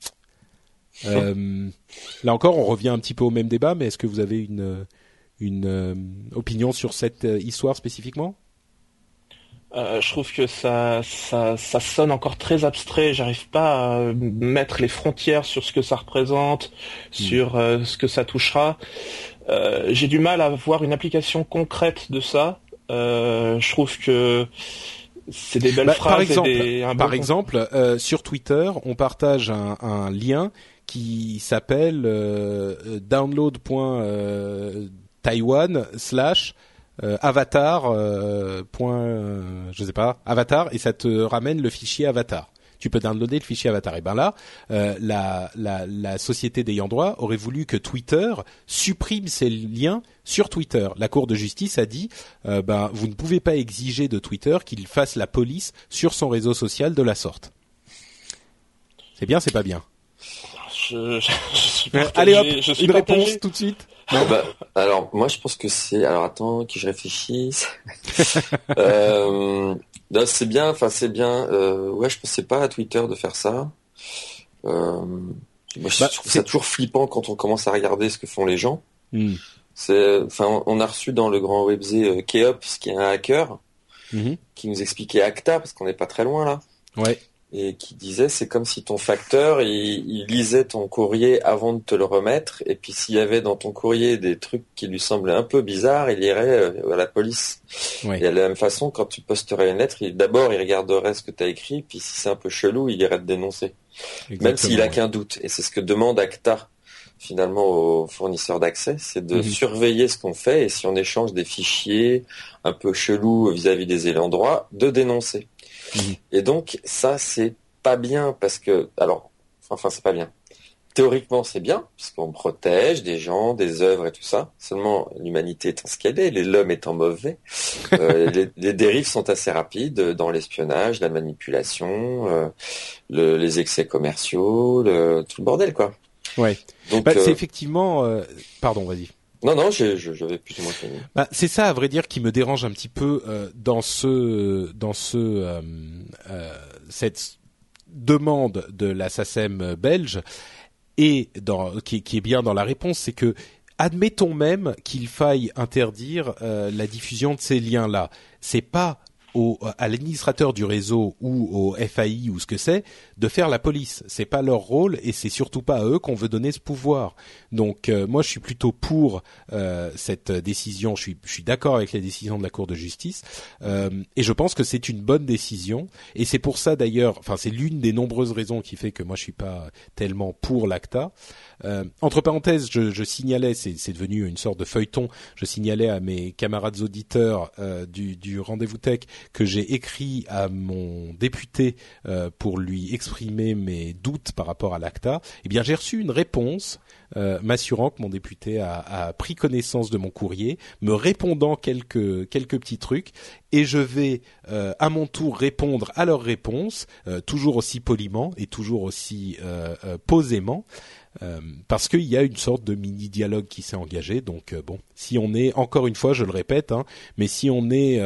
Là encore, on revient un petit peu au même débat, mais est-ce que vous avez une opinion sur cette histoire spécifiquement? Je trouve que ça sonne encore très abstrait. J'arrive pas à mettre les frontières sur ce que ça représente, sur ce que ça touchera. J'ai du mal à voir une application concrète de ça. Je trouve que c'est des belles phrases. Par exemple, sur Twitter, on partage un lien qui s'appelle download.taiwan/ avatar je sais pas avatar et ça te ramène le fichier avatar. Tu peux downloader le fichier avatar. Et ben là, la société d'ayant droit aurait voulu que Twitter supprime ces liens sur Twitter. La Cour de justice a dit, vous ne pouvez pas exiger de Twitter qu'il fasse la police sur son réseau social de la sorte. C'est bien, c'est pas bien. Je suis partagé, allez hop, une réponse tout de suite. Alors moi je pense que c'est. Alors attends, que je réfléchisse. Non, c'est bien. Enfin c'est bien. Ouais, je pensais pas à Twitter de faire ça. Moi, je trouve ça toujours flippant quand on commence à regarder ce que font les gens. On a reçu dans le grand webzé Keops, qui est un hacker, qui nous expliquait Acta parce qu'on n'est pas très loin là. Ouais. Et qui disait c'est comme si ton facteur il lisait ton courrier avant de te le remettre, et puis s'il y avait dans ton courrier des trucs qui lui semblaient un peu bizarres, il irait à la police. Ouais. Et de la même façon, quand tu posterais une lettre, d'abord il regarderait ce que tu as écrit, puis si c'est un peu chelou, il irait te dénoncer. Exactement, même s'il a qu'un doute. Et c'est ce que demande Acta finalement aux fournisseurs d'accès, c'est de surveiller ce qu'on fait, et si on échange des fichiers un peu chelous vis-à-vis des ayants droit, de dénoncer. Et donc ça c'est pas bien parce que c'est pas bien. Théoriquement c'est bien puisqu'on protège des gens, des œuvres et tout ça. Seulement l'humanité étant ce qu'elle est, l'homme étant mauvais, les dérives sont assez rapides dans l'espionnage, la manipulation, les excès commerciaux, tout le bordel quoi. Ouais. Donc c'est effectivement. Pardon, vas-y. Non, j'avais plus ou moins fini. C'est ça, à vrai dire, qui me dérange un petit peu dans cette demande de la SACEM belge et qui est bien dans la réponse, c'est que admettons même qu'il faille interdire la diffusion de ces liens-là. C'est pas à l'administrateur du réseau ou au FAI ou ce que c'est de faire la police. C'est pas leur rôle et c'est surtout pas à eux qu'on veut donner ce pouvoir. Donc moi je suis plutôt pour cette décision. Je suis d'accord avec les décisions de la Cour de justice et je pense que c'est une bonne décision. Et c'est pour ça d'ailleurs, c'est l'une des nombreuses raisons qui fait que moi je suis pas tellement pour l'ACTA. Entre parenthèses, je signalais, c'est devenu une sorte de feuilleton. Je signalais à mes camarades auditeurs du Rendez-vous Tech que j'ai écrit à mon député pour lui exprimer mes doutes par rapport à l'ACTA. Eh bien, j'ai reçu une réponse m'assurant que mon député a pris connaissance de mon courrier, me répondant quelques petits trucs, et je vais à mon tour répondre à leurs réponses, toujours aussi poliment et toujours aussi posément. Parce qu'il y a une sorte de mini-dialogue qui s'est engagé. Donc si on est, encore une fois, je le répète, mais si on est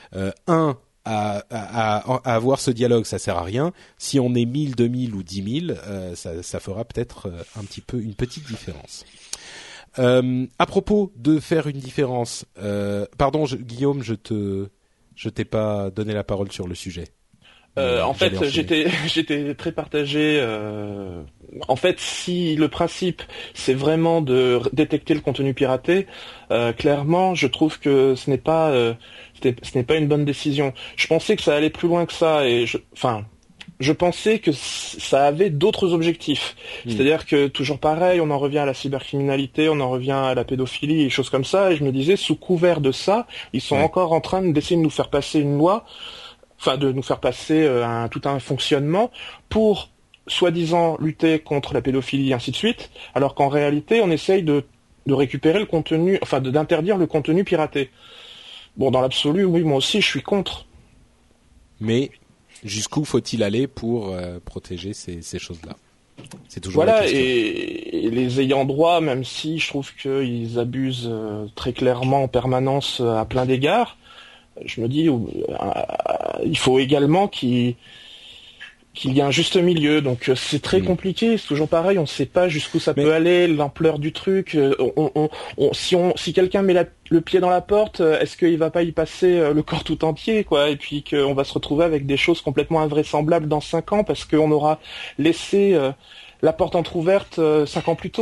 à avoir ce dialogue, ça sert à rien. Si on est 1000, 2000 ou 10 000, ça fera peut-être une petite différence. À propos de faire une différence, pardon Guillaume, je t'ai pas donné la parole sur le sujet. En fait, j'étais très partagé. En fait, si le principe c'est vraiment de détecter le contenu piraté, clairement, je trouve que ce n'est pas une bonne décision. Je pensais que ça allait plus loin que ça, et je pensais que ça avait d'autres objectifs. C'est-à-dire que toujours pareil, on en revient à la cybercriminalité, on en revient à la pédophilie et choses comme ça. Et je me disais, sous couvert de ça, ils sont encore en train d'essayer de nous faire passer une loi. De nous faire passer tout un fonctionnement pour soi-disant lutter contre la pédophilie et ainsi de suite, alors qu'en réalité on essaye de récupérer le contenu, d'interdire le contenu piraté. Bon, dans l'absolu, oui, moi aussi je suis contre. Mais jusqu'où faut-il aller pour protéger ces choses-là ? C'est toujours la question. Et les ayants droit, même si je trouve qu'ils abusent très clairement en permanence à plein d'égards, je me dis, il faut également qu'il y ait un juste milieu. Donc c'est très compliqué, c'est toujours pareil, on ne sait pas jusqu'où ça peut aller, l'ampleur du truc. Si quelqu'un met le pied dans la porte, est-ce qu'il va pas y passer le corps tout entier, quoi ? Et puis qu'on va se retrouver avec des choses complètement invraisemblables dans 5 ans parce qu'on aura laissé la porte entrouverte 5 ans plus tôt.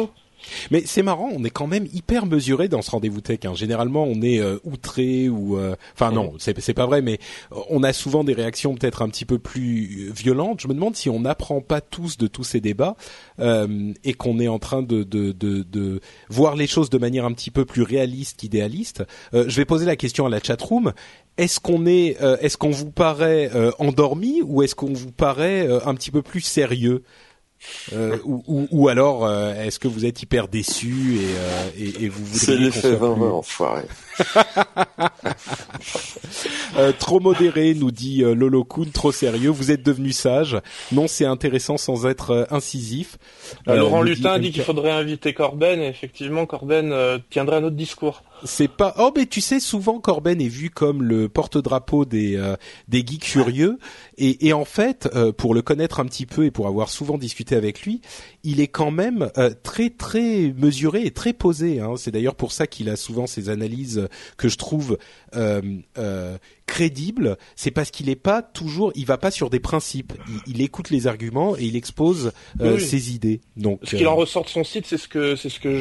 Mais c'est marrant, on est quand même hyper mesuré dans ce rendez-vous tech. Hein. Généralement, on est outré ou, non, c'est pas vrai, mais on a souvent des réactions peut-être un petit peu plus violentes. Je me demande si on n'apprend pas tous de tous ces débats et qu'on est en train de voir les choses de manière un petit peu plus réaliste qu'idéaliste. Je vais poser la question à la chatroom. Est-ce qu'on vous paraît endormi ou est-ce qu'on vous paraît un petit peu plus sérieux? Ou alors est-ce que vous êtes hyper déçus et vous voudriez c'est l'effet 20 enfoiré. Trop modéré, nous dit Lolo Kun, trop sérieux. Vous êtes devenu sage. Non, c'est intéressant sans être incisif. Laurent Lutin dit qu'il faudrait inviter Corben et effectivement Corben tiendrait un autre discours. C'est pas. Oh, mais tu sais, souvent Corben est vu comme le porte-drapeau des geeks furieux, et en fait, pour le connaître un petit peu et pour avoir souvent discuté avec lui, il est quand même très très mesuré et très posé. Hein. C'est d'ailleurs pour ça qu'il a souvent ces analyses que je trouve crédibles. C'est parce qu'il est pas toujours, il va pas sur des principes. Il écoute les arguments et il expose ses idées. Donc, ce qu'il en ressort de son site, c'est ce que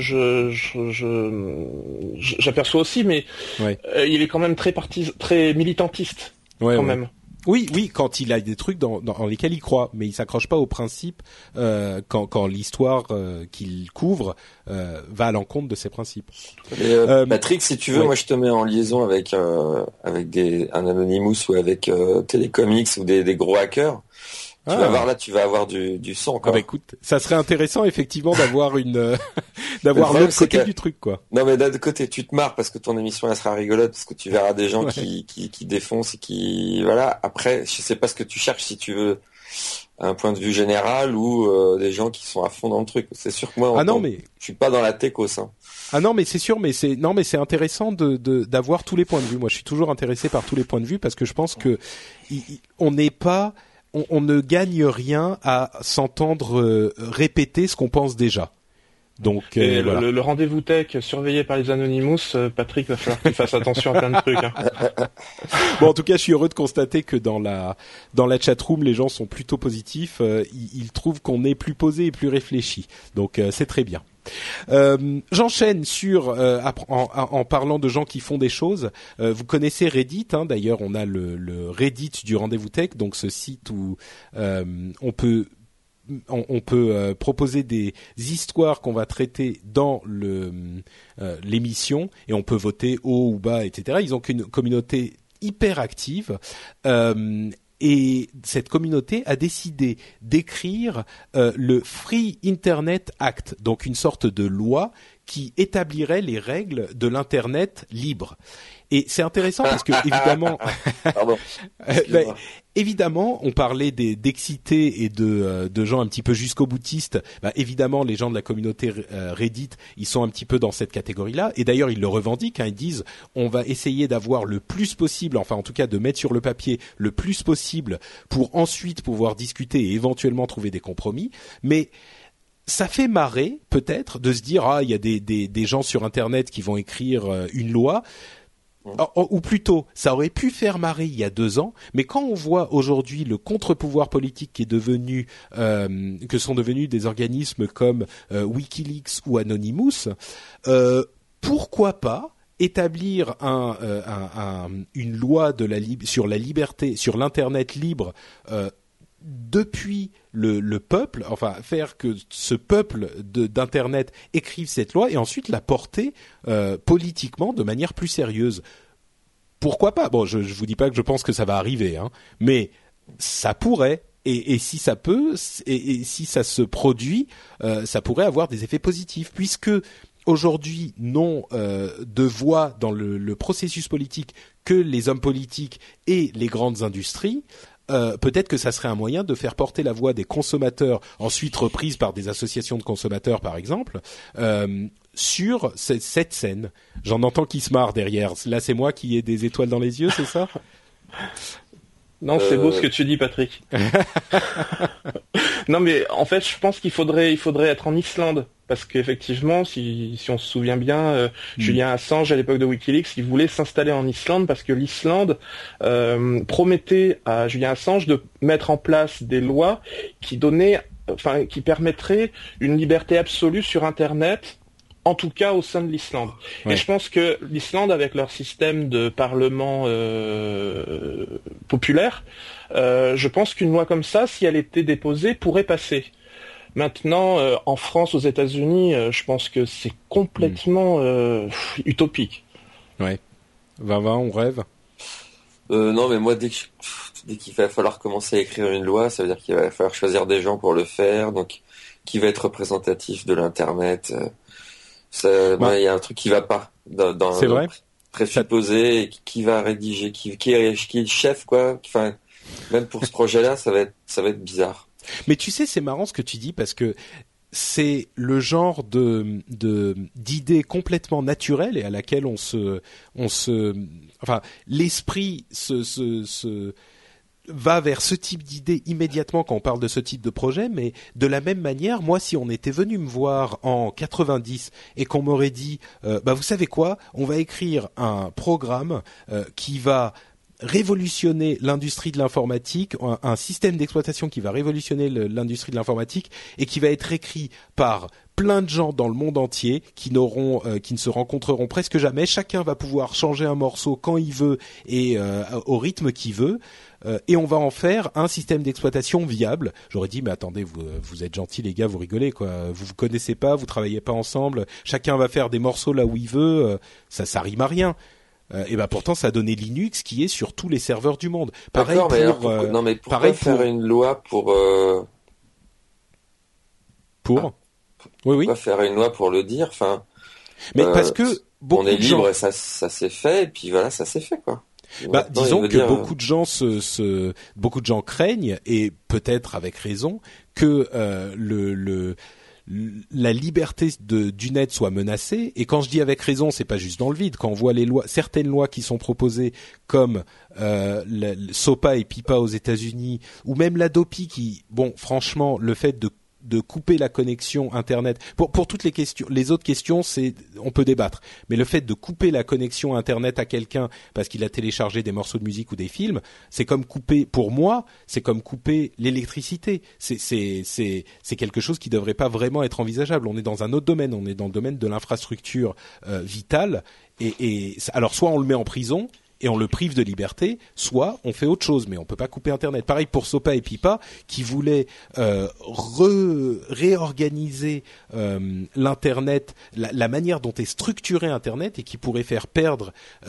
j'aperçois aussi, mais il est quand même très militantiste, quand même. Oui, quand il a des trucs dans lesquels il croit, mais il s'accroche pas aux principes quand l'histoire qu'il couvre va à l'encontre de ses principes. Patrick, si tu veux, moi je te mets en liaison avec un Anonymous ou avec Telecomics ou des gros hackers. Tu vas voir là, tu vas avoir du sang. Quoi. Ah bah écoute, ça serait intéressant effectivement d'avoir d'avoir l'autre côté du truc quoi. Non mais d'un côté, tu te marres parce que ton émission elle sera rigolote parce que tu verras des gens qui défoncent et qui voilà. Après, je sais pas ce que tu cherches si tu veux un point de vue général ou des gens qui sont à fond dans le truc. C'est sûr que moi, je suis pas dans la techos. Hein. Ah non mais c'est sûr, mais c'est intéressant d'avoir tous les points de vue. Moi, je suis toujours intéressé par tous les points de vue parce que je pense que on n'est pas on ne gagne rien à s'entendre répéter ce qu'on pense déjà. Donc voilà. le rendez-vous tech surveillé par les Anonymous, Patrick va falloir qu'il fasse attention à plein de trucs. Hein. Bon, en tout cas, je suis heureux de constater que dans la chatroom, les gens sont plutôt positifs. Ils trouvent qu'on est plus posé et plus réfléchi. Donc c'est très bien. J'enchaîne sur en parlant de gens qui font des choses. Vous connaissez Reddit, hein, d'ailleurs on a le Reddit du Rendez-vous Tech, donc ce site où on peut proposer des histoires qu'on va traiter dans l'émission et on peut voter haut ou bas, etc. Ils ont une communauté hyper active. Et cette communauté a décidé d'écrire le Free Internet Act, donc une sorte de loi qui établirait les règles de l'Internet libre. Et c'est intéressant parce que évidemment, évidemment, on parlait d'excités et de gens un petit peu jusqu'au boutiste. Évidemment, les gens de la communauté Reddit, ils sont un petit peu dans cette catégorie-là. Et d'ailleurs, ils le revendiquent. Hein, ils disent, on va essayer d'avoir le plus possible, enfin en tout cas de mettre sur le papier le plus possible pour ensuite pouvoir discuter et éventuellement trouver des compromis. Mais ça fait marrer peut-être de se dire il y a des gens sur Internet qui vont écrire une loi. Ou plutôt, ça aurait pu faire marrer il y a 2 ans, mais quand on voit aujourd'hui le contre-pouvoir politique qui est devenu, que sont devenus des organismes comme WikiLeaks ou Anonymous, pourquoi pas établir une loi sur la liberté, sur l'internet libre depuis le peuple, enfin faire que ce peuple d'internet écrive cette loi et ensuite la porter politiquement de manière plus sérieuse. Pourquoi pas ? Bon, je vous dis pas que je pense que ça va arriver, hein, mais ça pourrait. Et si ça peut, et si ça se produit, ça pourrait avoir des effets positifs, puisque aujourd'hui n'ont de voix dans le processus politique que les hommes politiques et les grandes industries. Peut-être que ça serait un moyen de faire porter la voix des consommateurs, ensuite reprise par des associations de consommateurs par exemple, sur cette scène. J'en entends qui se marre derrière. Là, c'est moi qui ai des étoiles dans les yeux, c'est ça ? Non, c'est beau ce que tu dis, Patrick. Non, mais en fait, je pense qu'il faudrait être en Islande. Parce qu'effectivement, si on se souvient bien, Julian Assange, à l'époque de WikiLeaks, il voulait s'installer en Islande parce que l'Islande promettait à Julian Assange de mettre en place des lois qui donnaient qui permettrait une liberté absolue sur Internet, en tout cas au sein de l'Islande. Ouais. Et je pense que l'Islande, avec leur système de parlement populaire, je pense qu'une loi comme ça, si elle était déposée, pourrait passer. Maintenant, en France, aux États-Unis, je pense que c'est complètement utopique. Ouais. 2020, on rêve. Non, mais moi, dès qu'il va falloir commencer à écrire une loi, ça veut dire qu'il va falloir choisir des gens pour le faire. Donc, qui va être représentatif de l'Internet. Il y a un truc qui va pas dans c'est vrai. Présupposé, qui va rédiger, qui est le chef, quoi. Enfin, même pour ce projet-là, ça va être bizarre. Mais tu sais, c'est marrant ce que tu dis parce que c'est le genre d'idée complètement naturelle et à laquelle l'esprit se va vers ce type d'idée immédiatement quand on parle de ce type de projet, mais de la même manière, moi, si on était venu me voir en 90 et qu'on m'aurait dit, vous savez quoi, on va écrire un programme qui va révolutionner l'industrie de l'informatique, un système d'exploitation qui va révolutionner l'industrie de l'informatique et qui va être écrit par plein de gens dans le monde entier qui ne se rencontreront presque jamais. Chacun va pouvoir changer un morceau quand il veut et au rythme qu'il veut. Et on va en faire un système d'exploitation viable. J'aurais dit, mais attendez, vous êtes gentils les gars, vous rigolez quoi. Vous connaissez pas, vous travaillez pas ensemble. Chacun va faire des morceaux là où il veut. Ça rime à rien. Et pourtant, ça a donné Linux qui est sur tous les serveurs du monde. Pareil d'accord, mais pourquoi faire une loi pour Oui. Faire une loi pour le dire. Enfin. Mais parce que on est libre et ça s'est fait et puis voilà, ça s'est fait quoi. Disons que beaucoup de gens craignent, et peut-être avec raison, que la liberté du net soit menacée. Et quand je dis avec raison, c'est pas juste dans le vide. Quand on voit certaines lois qui sont proposées, comme SOPA et PIPA aux États-Unis, ou même l'ADOPI, qui, franchement, le fait de couper la connexion Internet. Pour toutes les autres questions, on peut débattre. Mais le fait de couper la connexion Internet à quelqu'un parce qu'il a téléchargé des morceaux de musique ou des films, c'est comme couper l'électricité. C'est quelque chose qui devrait pas vraiment être envisageable. On est dans un autre domaine. On est dans le domaine de l'infrastructure vitale. Et alors, soit on le met en prison et on le prive de liberté, soit on fait autre chose, mais on peut pas couper Internet. Pareil pour SOPA et PIPA, qui voulaient réorganiser l'Internet, la manière dont est structuré Internet, et qui pourrait faire perdre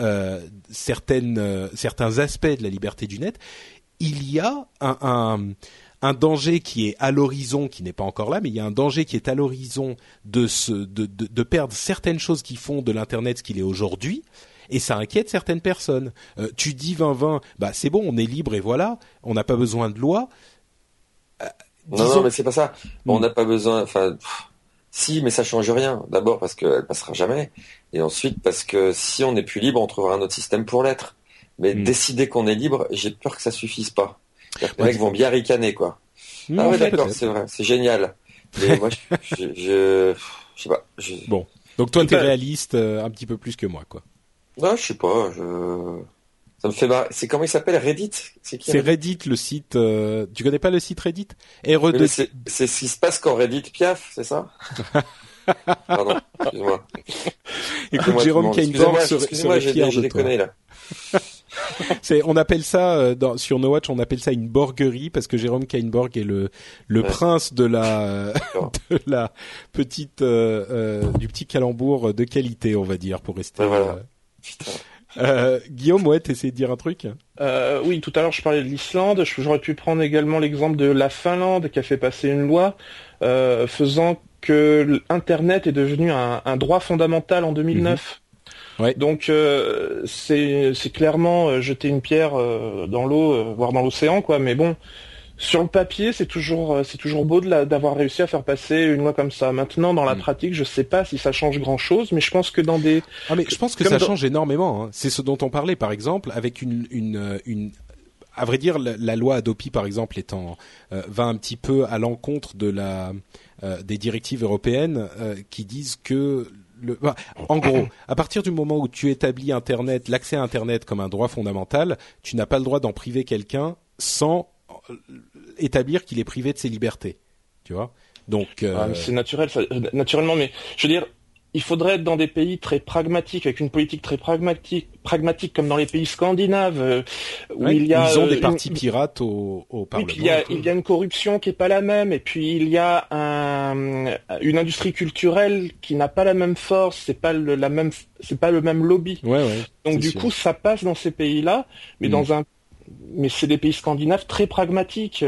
certains aspects de la liberté du net. Il y a un danger qui est à l'horizon, qui n'est pas encore là, mais il y a un danger qui est à l'horizon de perdre certaines choses qui font de l'Internet ce qu'il est aujourd'hui. Et ça inquiète certaines personnes. Tu dis 2020, c'est bon, on est libre et voilà, on n'a pas besoin de loi. Non, mais c'est pas ça. On n'a pas besoin. Enfin, si, mais ça change rien. D'abord parce qu'elle passera jamais, et ensuite parce que si on n'est plus libre, on trouvera un autre système pour l'être. Mais décider qu'on est libre, j'ai peur que ça suffise pas. Les mecs vont bien ricaner, quoi. Ah ouais, d'accord, c'est vrai, c'est génial. Mais moi, je sais pas. Bon, donc toi, t'es réaliste un petit peu plus que moi, quoi. Non, je sais pas. Ça me fait marrer. C'est comment il s'appelle, Reddit? C'est Reddit, le site. Tu connais pas le site Reddit? C'est ce qui se passe quand Reddit piaffe, c'est ça? Pardon, excuse-moi. Écoute, Jérôme Kainborg serait fier de toi. Là. On appelle ça sur No Watch, on appelle ça une borguerie, parce que Jérôme Kainborg est le prince de la petite du petit calembour de qualité, on va dire, pour rester. Voilà. Guillaume, t'essayais de dire un truc? Oui, tout à l'heure je parlais de l'Islande. J'aurais pu prendre également l'exemple de la Finlande, qui a fait passer une loi faisant que Internet est devenu un droit fondamental en 2009. Ouais. Donc c'est clairement jeter une pierre dans l'eau, voire dans l'océan, quoi. Mais bon, sur le papier, c'est toujours beau d'avoir réussi à faire passer une loi comme ça. Maintenant, dans la pratique, je sais pas si ça change grand-chose, mais je pense que je pense que ça change énormément. Hein. C'est ce dont on parlait, par exemple, avec à vrai dire, la loi Adopi, par exemple, va un petit peu à l'encontre de des directives européennes qui disent que en gros, à partir du moment où tu établis l'accès à Internet comme un droit fondamental, tu n'as pas le droit d'en priver quelqu'un sans établir qu'il est privé de ses libertés. tu vois. Donc c'est naturel, naturellement, mais je veux dire, il faudrait être dans des pays très pragmatiques, avec une politique très pragmatique comme dans les pays scandinaves, où ils ont des partis pirates au Parlement. Oui, puis il y a une corruption qui est pas la même, et puis il y a une industrie culturelle qui n'a pas la même force, c'est pas le même lobby. Donc du coup, ça passe dans ces pays-là, mais mais c'est des pays scandinaves très pragmatiques.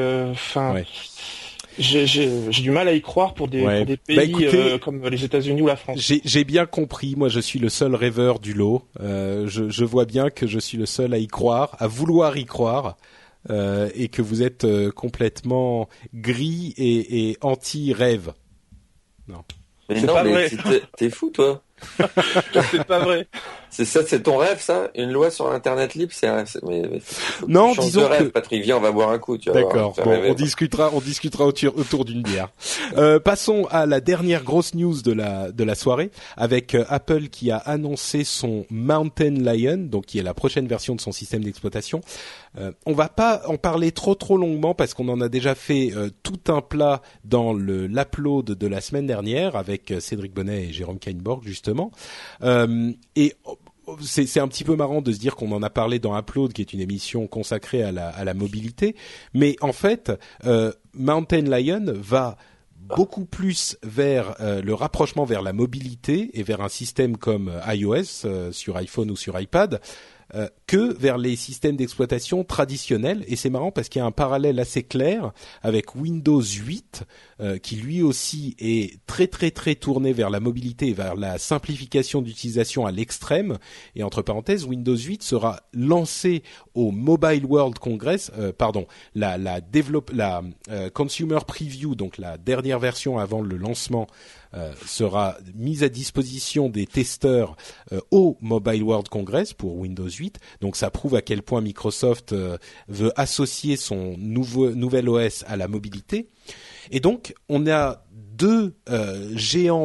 J'ai du mal à y croire pour des pays comme les États-Unis ou la France. J'ai bien compris. Moi, je suis le seul rêveur du lot. Je vois bien que je suis le seul à y croire, à vouloir y croire, et que vous êtes complètement gris et anti-rêve. Non. Mais non, mais t'es fou, toi. C'est pas vrai. C'est ça, c'est ton rêve, ça? Une loi sur Internet libre, non, disons de rêve, que... Patrick, viens, on va boire un coup, tu vois. D'accord. Bon, on discutera autour d'une bière. Passons à la dernière grosse news de la soirée, avec Apple qui a annoncé son Mountain Lion, donc qui est la prochaine version de son système d'exploitation. On va pas en parler trop longuement parce qu'on en a déjà fait tout un plat dans l'upload de la semaine dernière avec Cédric Bonnet et Jérôme Kainborg, justement. Et c'est un petit peu marrant de se dire qu'on en a parlé dans Upload, qui est une émission consacrée à la mobilité, mais en fait, Mountain Lion va beaucoup plus vers le rapprochement vers la mobilité et vers un système comme iOS sur iPhone ou sur iPad, que vers les systèmes d'exploitation traditionnels. Et c'est marrant parce qu'il y a un parallèle assez clair avec Windows 8 qui lui aussi est très tourné vers la mobilité et vers la simplification d'utilisation à l'extrême. Et entre parenthèses, Windows 8 sera lancé au Mobile World Congress, la Consumer Preview, donc la dernière version avant le lancement, sera mise à disposition des testeurs au Mobile World Congress pour Windows 8. Donc ça prouve à quel point Microsoft veut associer son nouvel OS à la mobilité. Et donc on a deux géants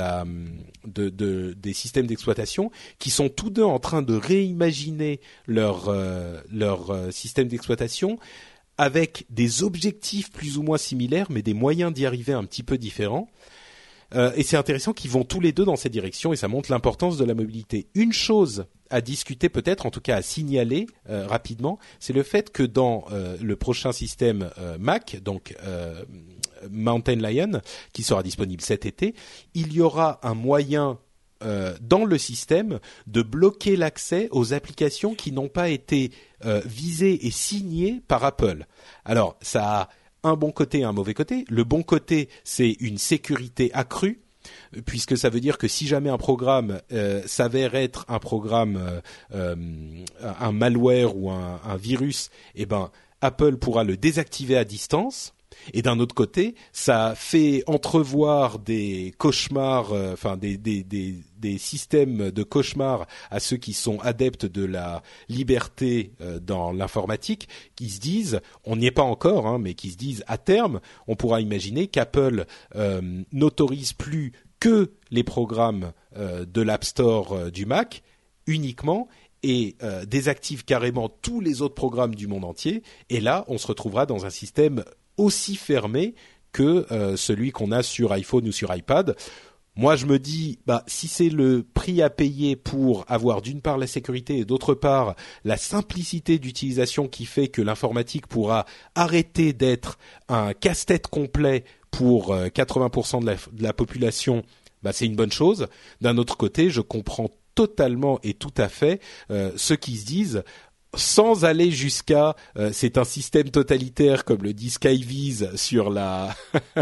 des systèmes d'exploitation qui sont tous deux en train de réimaginer leur système d'exploitation avec des objectifs plus ou moins similaires, mais des moyens d'y arriver un petit peu différents. Et c'est intéressant qu'ils vont tous les deux dans cette direction et ça montre l'importance de la mobilité. Une chose à discuter peut-être, en tout cas à signaler rapidement, c'est le fait que dans le prochain système Mac, donc Mountain Lion, qui sera disponible cet été, il y aura un moyen dans le système de bloquer l'accès aux applications qui n'ont pas été visées et signées par Apple. Alors ça a un bon côté et un mauvais côté. Le bon côté, c'est une sécurité accrue, puisque ça veut dire que si jamais un programme s'avère être un programme, un malware ou un virus, eh ben Apple pourra le désactiver à distance. Et d'un autre côté, ça fait entrevoir des cauchemars, des systèmes de cauchemars à ceux qui sont adeptes de la liberté dans l'informatique, qui se disent, on n'y est pas encore, mais qui se disent à terme, on pourra imaginer qu'Apple n'autorise plus que les programmes de l'App Store du Mac uniquement, et désactive carrément tous les autres programmes du monde entier. Et là, on se retrouvera dans un système aussi fermé que celui qu'on a sur iPhone ou sur iPad. Moi, je me dis, si c'est le prix à payer pour avoir d'une part la sécurité et d'autre part la simplicité d'utilisation qui fait que l'informatique pourra arrêter d'être un casse-tête complet pour 80% de la population, c'est une bonne chose. D'un autre côté, je comprends totalement et tout à fait ceux qui se disent, sans aller jusqu'à c'est un système totalitaire comme le dit Skyviz sur la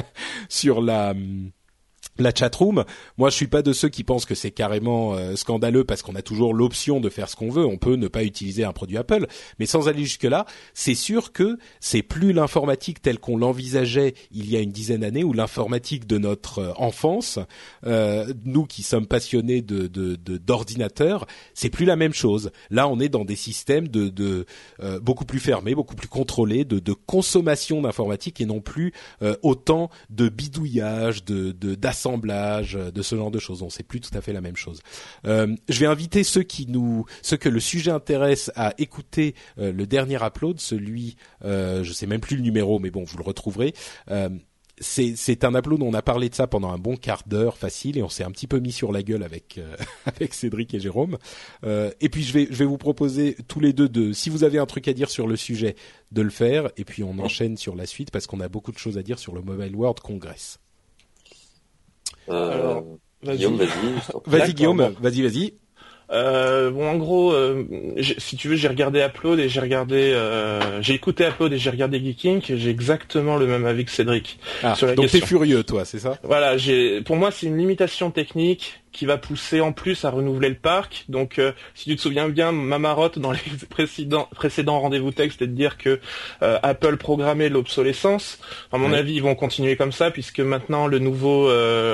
chatroom. Moi, je suis pas de ceux qui pensent que c'est carrément scandaleux parce qu'on a toujours l'option de faire ce qu'on veut. On peut ne pas utiliser un produit Apple, mais sans aller jusque-là, c'est sûr que c'est plus l'informatique telle qu'on l'envisageait il y a une dizaine d'années, ou l'informatique de notre enfance. Nous qui sommes passionnés d'ordinateurs, c'est plus la même chose. Là, on est dans des systèmes de beaucoup plus fermés, beaucoup plus contrôlés, de consommation d'informatique et non plus autant de bidouillage, d'assemblage, de ce genre de choses. Donc c'est plus tout à fait la même chose. Je vais inviter ceux que le sujet intéresse à écouter le dernier upload, celui, je sais même plus le numéro, mais bon, vous le retrouverez. c'est un upload, on a parlé de ça pendant un bon quart d'heure facile et on s'est un petit peu mis sur la gueule avec Cédric et Jérôme. Et puis je vais vous proposer tous les deux si vous avez un truc à dire sur le sujet, de le faire et puis on enchaîne sur la suite parce qu'on a beaucoup de choses à dire sur le Mobile World Congress. Alors, Guillaume, vas-y. Vas-y Guillaume, vas-y. En gros, si tu veux, j'ai regardé Upload et j'ai écouté Upload et j'ai regardé Geeking, j'ai exactement le même avis que Cédric sur la question. Donc t'es furieux, toi, c'est ça? Voilà, pour moi, c'est une limitation technique qui va pousser en plus à renouveler le parc. Donc, si tu te souviens bien, ma marotte dans les précédents rendez-vous tech, c'était de dire que Apple programmait l'obsolescence. À mon avis, ils vont continuer comme ça, puisque maintenant le nouveau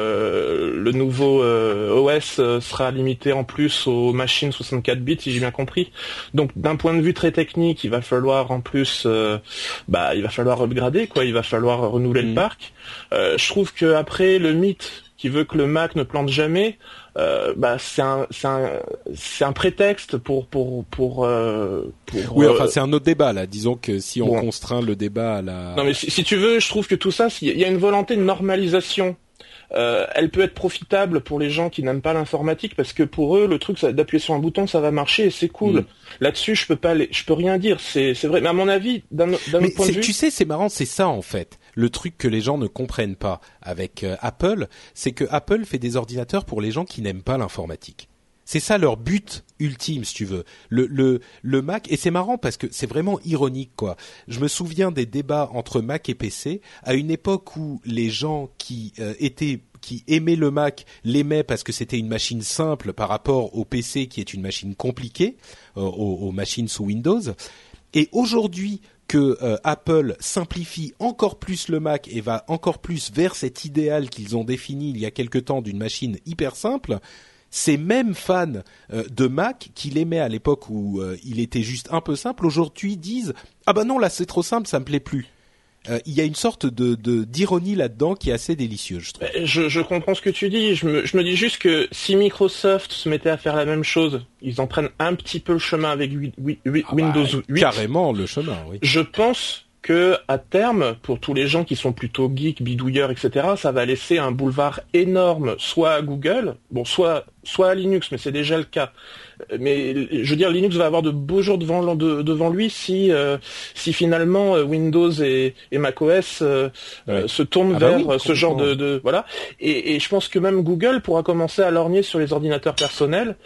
OS sera limité en plus aux machines 64 bits, si j'ai bien compris. Donc, d'un point de vue très technique, il va falloir en plus, il va falloir upgrader, quoi. Il va falloir renouveler le parc. Je trouve que après le mythe qui veut que le Mac ne plante jamais, c'est un prétexte pour oui, enfin c'est un autre débat là. Disons que si on contraint le débat à la. Non mais si tu veux, je trouve que tout ça, il y a une volonté de normalisation. Elle peut être profitable pour les gens qui n'aiment pas l'informatique parce que pour eux le truc d'appuyer sur un bouton ça va marcher et c'est cool. Là-dessus je peux rien dire, c'est vrai. Mais à mon avis d'un autre point de vue. Tu sais, c'est marrant, c'est ça en fait. Le truc que les gens ne comprennent pas avec Apple, c'est que Apple fait des ordinateurs pour les gens qui n'aiment pas l'informatique. C'est ça leur but ultime, si tu veux. Le Mac, et c'est marrant parce que c'est vraiment ironique, quoi. Je me souviens des débats entre Mac et PC à une époque où les gens qui aimaient le Mac l'aimaient parce que c'était une machine simple par rapport au PC qui est une machine compliquée, aux machines sous Windows. Et aujourd'hui que Apple simplifie encore plus le Mac et va encore plus vers cet idéal qu'ils ont défini il y a quelque temps d'une machine hyper simple, ces mêmes fans de Mac qui l'aimaient à l'époque où il était juste un peu simple, aujourd'hui disent « Ah bah non, là c'est trop simple, ça me plaît plus ». Il y a une sorte d'ironie là-dedans qui est assez délicieuse, je trouve. Je comprends ce que tu dis. Je me dis juste que si Microsoft se mettait à faire la même chose, ils en prennent un petit peu le chemin avec Windows 8. Carrément le chemin, oui. Je pense que à terme, pour tous les gens qui sont plutôt geeks, bidouilleurs, etc., ça va laisser un boulevard énorme, soit à Google, soit à Linux, mais c'est déjà le cas. Mais je veux dire, Linux va avoir de beaux jours devant lui si finalement Windows et macOS se tournent vers ce genre de voilà. Et je pense que même Google pourra commencer à lorgner sur les ordinateurs personnels.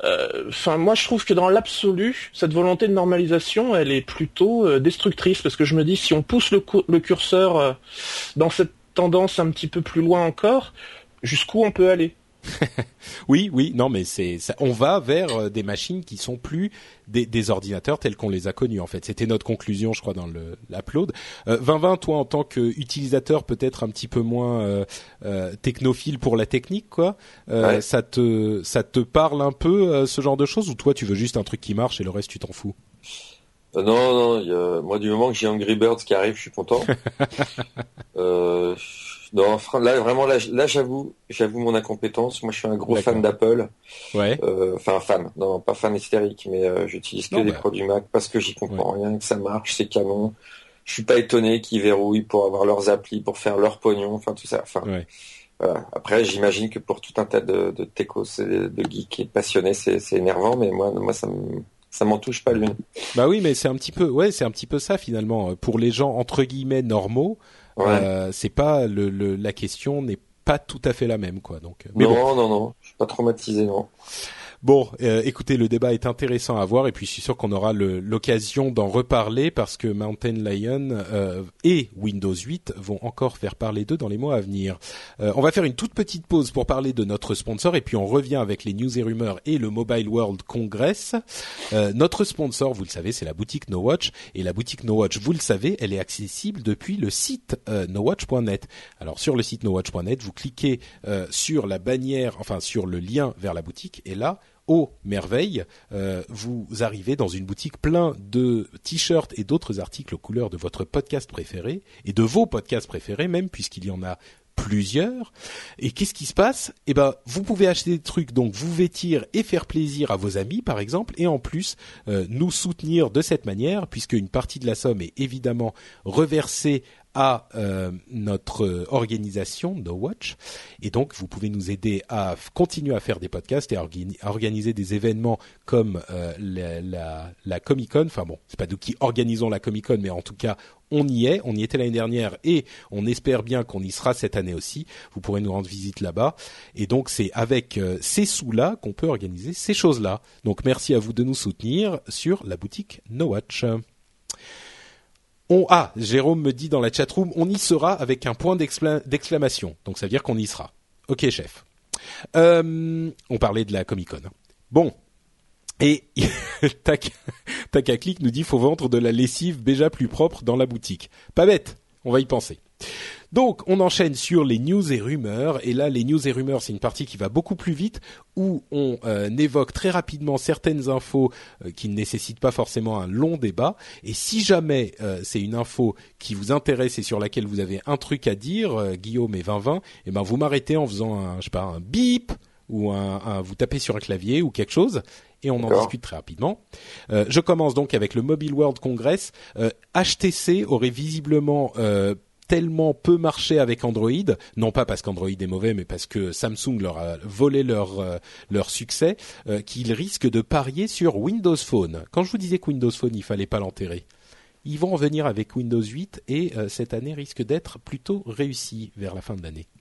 Moi, je trouve que dans l'absolu, cette volonté de normalisation, elle est plutôt destructrice, parce que je me dis, si on pousse le curseur dans cette tendance un petit peu plus loin encore, jusqu'où on peut aller? Oui, non, mais on va vers des machines qui sont plus des ordinateurs tels qu'on les a connus en fait. C'était notre conclusion, je crois, dans l'upload. 2020, toi, en tant qu'utilisateur peut-être un petit peu moins technophile pour la technique, quoi. Ça te parle un peu ce genre de choses, ou toi tu veux juste un truc qui marche et le reste tu t'en fous? Non, moi du moment que j'ai Angry Birds qui arrive, je suis content. Non, là vraiment, j'avoue mon incompétence. Moi, je suis un gros fan d'Apple. Ouais. Fan, non, pas fan hystérique, mais j'utilise que des produits Mac parce que j'y comprends rien, que ça marche, c'est canon. Je suis pas étonné qu'ils verrouillent pour avoir leurs applis, pour faire leur pognon, enfin tout ça. Voilà. Après, j'imagine que pour tout un tas de techos, de geeks et de passionnés, c'est énervant, mais moi, ça m'en touche pas l'une. Bah oui, mais c'est un petit peu ça finalement. Pour les gens entre guillemets normaux. C'est pas la question n'est pas tout à fait la même, quoi. Donc non, je suis pas traumatisé, non. Bon, écoutez, le débat est intéressant à voir et puis je suis sûr qu'on aura l'occasion d'en reparler parce que Mountain Lion et Windows 8 vont encore faire parler d'eux dans les mois à venir. On va faire une toute petite pause pour parler de notre sponsor et puis on revient avec les news et rumeurs et le Mobile World Congress. Notre sponsor, vous le savez, c'est la boutique NoWatch, et la boutique NoWatch, vous le savez, elle est accessible depuis le site nowatch.net. Alors sur le site nowatch.net, vous cliquez sur la bannière, enfin sur le lien vers la boutique, et là, oh merveille, vous arrivez dans une boutique plein de t-shirts et d'autres articles aux couleurs de votre podcast préféré, et de vos podcasts préférés même, puisqu'il y en a plusieurs. Et qu'est-ce qui se passe? Vous pouvez acheter des trucs, donc vous vêtir et faire plaisir à vos amis, par exemple, et en plus nous soutenir de cette manière, puisque une partie de la somme est évidemment reversée à notre organisation No Watch, et donc vous pouvez nous aider à continuer à faire des podcasts et à organiser des événements comme la Comic-Con. Enfin bon, c'est pas nous qui organisons la Comic-Con, mais en tout cas on y était l'année dernière et on espère bien qu'on y sera cette année aussi. Vous pourrez nous rendre visite là-bas, et donc c'est avec ces sous-là qu'on peut organiser ces choses-là. Donc merci à vous de nous soutenir sur la boutique No Watch. Jérôme me dit dans la chatroom, on y sera avec un point d'exclamation. Donc ça veut dire qu'on y sera. Ok, chef. On parlait de la Comic-Con. Bon. Et Takaclick nous dit, faut vendre de la lessive Béja plus propre dans la boutique. Pas bête. On va y penser. Donc, on enchaîne sur les news et rumeurs. Et là, les news et rumeurs, c'est une partie qui va beaucoup plus vite, où on évoque très rapidement certaines infos qui ne nécessitent pas forcément un long débat. Et si jamais c'est une info qui vous intéresse et sur laquelle vous avez un truc à dire, Guillaume et Vinvin, eh ben vous m'arrêtez en faisant un bip ou vous tapez sur un clavier ou quelque chose. Et on en discute très rapidement. Je commence donc avec le Mobile World Congress. HTC aurait visiblement tellement peu marché avec Android, non pas parce qu'Android est mauvais, mais parce que Samsung leur a volé leur succès, qu'ils risquent de parier sur Windows Phone. Quand je vous disais que Windows Phone, il fallait pas l'enterrer, ils vont en venir avec Windows 8 et cette année risque d'être plutôt réussie vers la fin de l'année.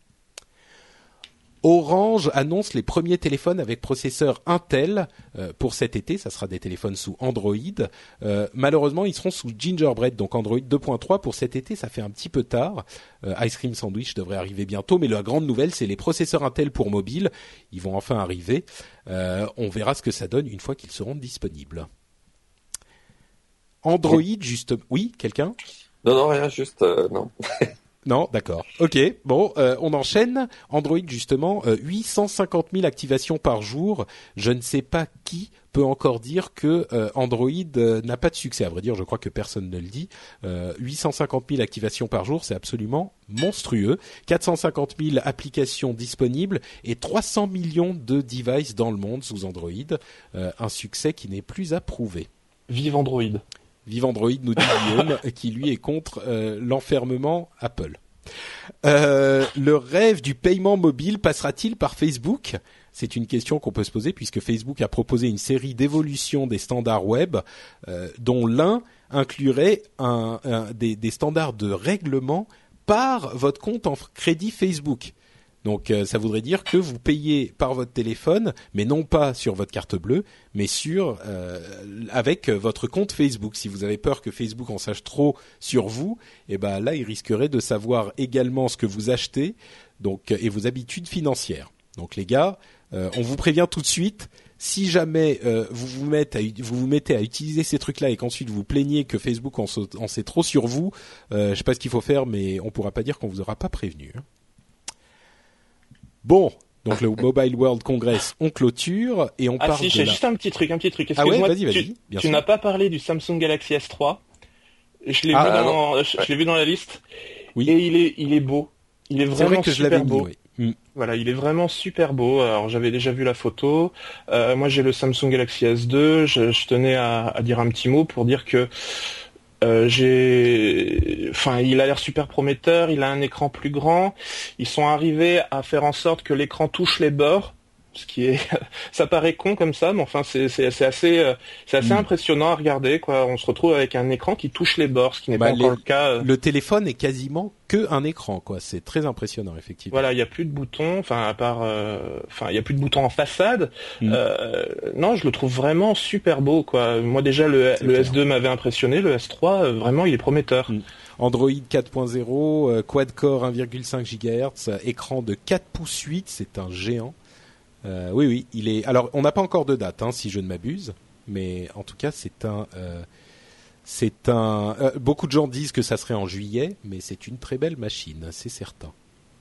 Orange annonce les premiers téléphones avec processeur Intel pour cet été. Ça sera des téléphones sous Android. Malheureusement, ils seront sous Gingerbread, donc Android 2.3 pour cet été. Ça fait un petit peu tard. Ice Cream Sandwich devrait arriver bientôt. Mais la grande nouvelle, c'est les processeurs Intel pour mobile. Ils vont enfin arriver. On verra ce que ça donne une fois qu'ils seront disponibles. Android, juste... Oui, quelqu'un ? Non, rien, juste... non. Non, d'accord. Ok, bon, on enchaîne. Android, justement, 850 000 activations par jour. Je ne sais pas qui peut encore dire que Android n'a pas de succès. À vrai dire, je crois que personne ne le dit. 850 000 activations par jour, c'est absolument monstrueux. 450 000 applications disponibles et 300 millions de devices dans le monde sous Android. Un succès qui n'est plus à prouver. Vive Android. Vive Android, nous dit Guillaume, qui lui est contre l'enfermement Apple. Le rêve du paiement mobile passera-t-il par Facebook ? C'est une question qu'on peut se poser puisque Facebook a proposé une série d'évolutions des standards web, dont l'un inclurait des standards de règlement par votre compte en crédit Facebook. Donc ça voudrait dire que vous payez par votre téléphone, mais non pas sur votre carte bleue, mais avec votre compte Facebook. Si vous avez peur que Facebook en sache trop sur vous, eh ben là, il risquerait de savoir également ce que vous achetez, donc et vos habitudes financières. Donc les gars, on vous prévient tout de suite. Si jamais vous vous mettez à utiliser ces trucs-là et qu'ensuite vous vous plaignez que Facebook en sait trop sur vous, je sais pas ce qu'il faut faire, mais on pourra pas dire qu'on vous aura pas prévenu. Bon, donc le Mobile World Congress, on clôture et on parle de juste un petit truc. Excuse-moi, vas-y. Tu n'as pas parlé du Samsung Galaxy S3. Je l'ai vu dans la liste. Oui. Et il est beau. Il est vraiment super beau. Oui. Voilà, il est vraiment super beau. Alors j'avais déjà vu la photo. Moi j'ai le Samsung Galaxy S2. Je tenais à dire un petit mot pour dire que il a l'air super prometteur, il a un écran plus grand, ils sont arrivés à faire en sorte que l'écran touche les bords, ce qui est, ça paraît con comme ça, mais enfin c'est assez impressionnant à regarder, quoi. On se retrouve avec un écran qui touche les bords, ce qui n'est pas encore le cas. Le téléphone est quasiment que un écran, quoi. C'est très impressionnant, effectivement. Voilà, il y a plus de boutons, il y a plus de boutons en façade. Non, je le trouve vraiment super beau, quoi. Moi déjà le S2 m'avait impressionné, le S3 vraiment il est prometteur. Android 4.0, quad-core 1,5 GHz, écran de 4 pouces 8, c'est un géant. Oui, il est. Alors, on n'a pas encore de date, si je ne m'abuse, mais en tout cas, beaucoup de gens disent que ça serait en juillet, mais c'est une très belle machine, c'est certain.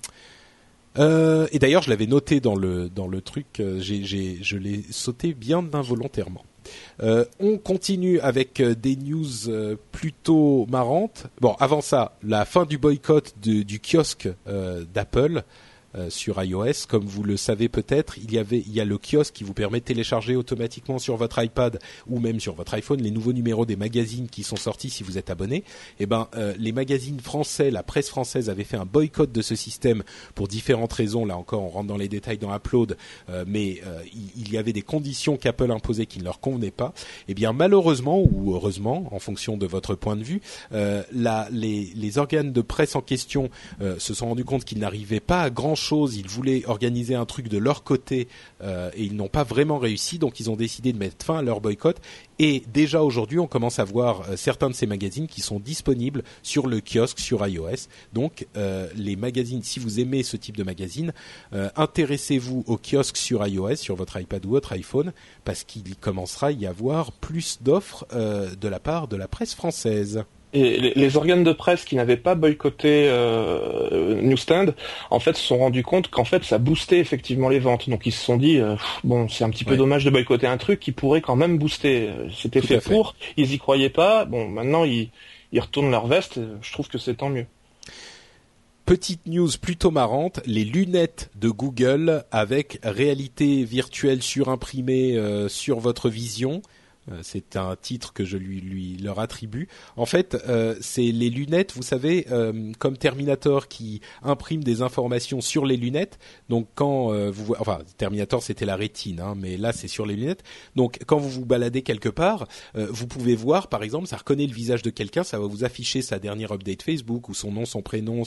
Et d'ailleurs, je l'avais noté dans le truc, je l'ai sauté bien involontairement. On continue avec des news plutôt marrantes. Bon, avant ça, la fin du boycott du kiosque d'Apple. sur iOS. Comme vous le savez peut-être, il y a le kiosque qui vous permet de télécharger automatiquement sur votre iPad ou même sur votre iPhone les nouveaux numéros des magazines qui sont sortis si vous êtes abonné. Les magazines français, la presse française avait fait un boycott de ce système pour différentes raisons. Là encore, on rentre dans les détails dans Upload, mais il y avait des conditions qu'Apple imposait qui ne leur convenaient pas. Eh bien, malheureusement ou heureusement, en fonction de votre point de vue, les organes de presse en question se sont rendus compte qu'ils n'arrivaient pas à grand-chose. Ils voulaient organiser un truc de leur côté et ils n'ont pas vraiment réussi. Donc, ils ont décidé de mettre fin à leur boycott. Et déjà aujourd'hui, on commence à voir certains de ces magazines qui sont disponibles sur le kiosque sur iOS. Donc, les magazines, si vous aimez ce type de magazine, intéressez-vous au kiosque sur iOS, sur votre iPad ou votre iPhone, parce qu'il commencera à y avoir plus d'offres de la part de la presse française. Et les organes de presse qui n'avaient pas boycotté Newsstand, en fait, se sont rendus compte qu'en fait, ça boostait effectivement les ventes. Donc, ils se sont dit, c'est un petit peu dommage de boycotter un truc qui pourrait quand même booster. C'était fait pour, ils y croyaient pas. Bon, maintenant, ils retournent leur veste. Je trouve que c'est tant mieux. Petite news plutôt marrante, les lunettes de Google avec réalité virtuelle surimprimée sur votre vision. C'est un titre que je leur attribue. En fait, c'est les lunettes, vous savez, comme Terminator qui imprime des informations sur les lunettes. Donc quand Terminator c'était la rétine, mais là c'est sur les lunettes. Donc quand vous vous baladez quelque part, vous pouvez voir, par exemple, ça reconnaît le visage de quelqu'un, ça va vous afficher sa dernière update Facebook ou son nom, son prénom,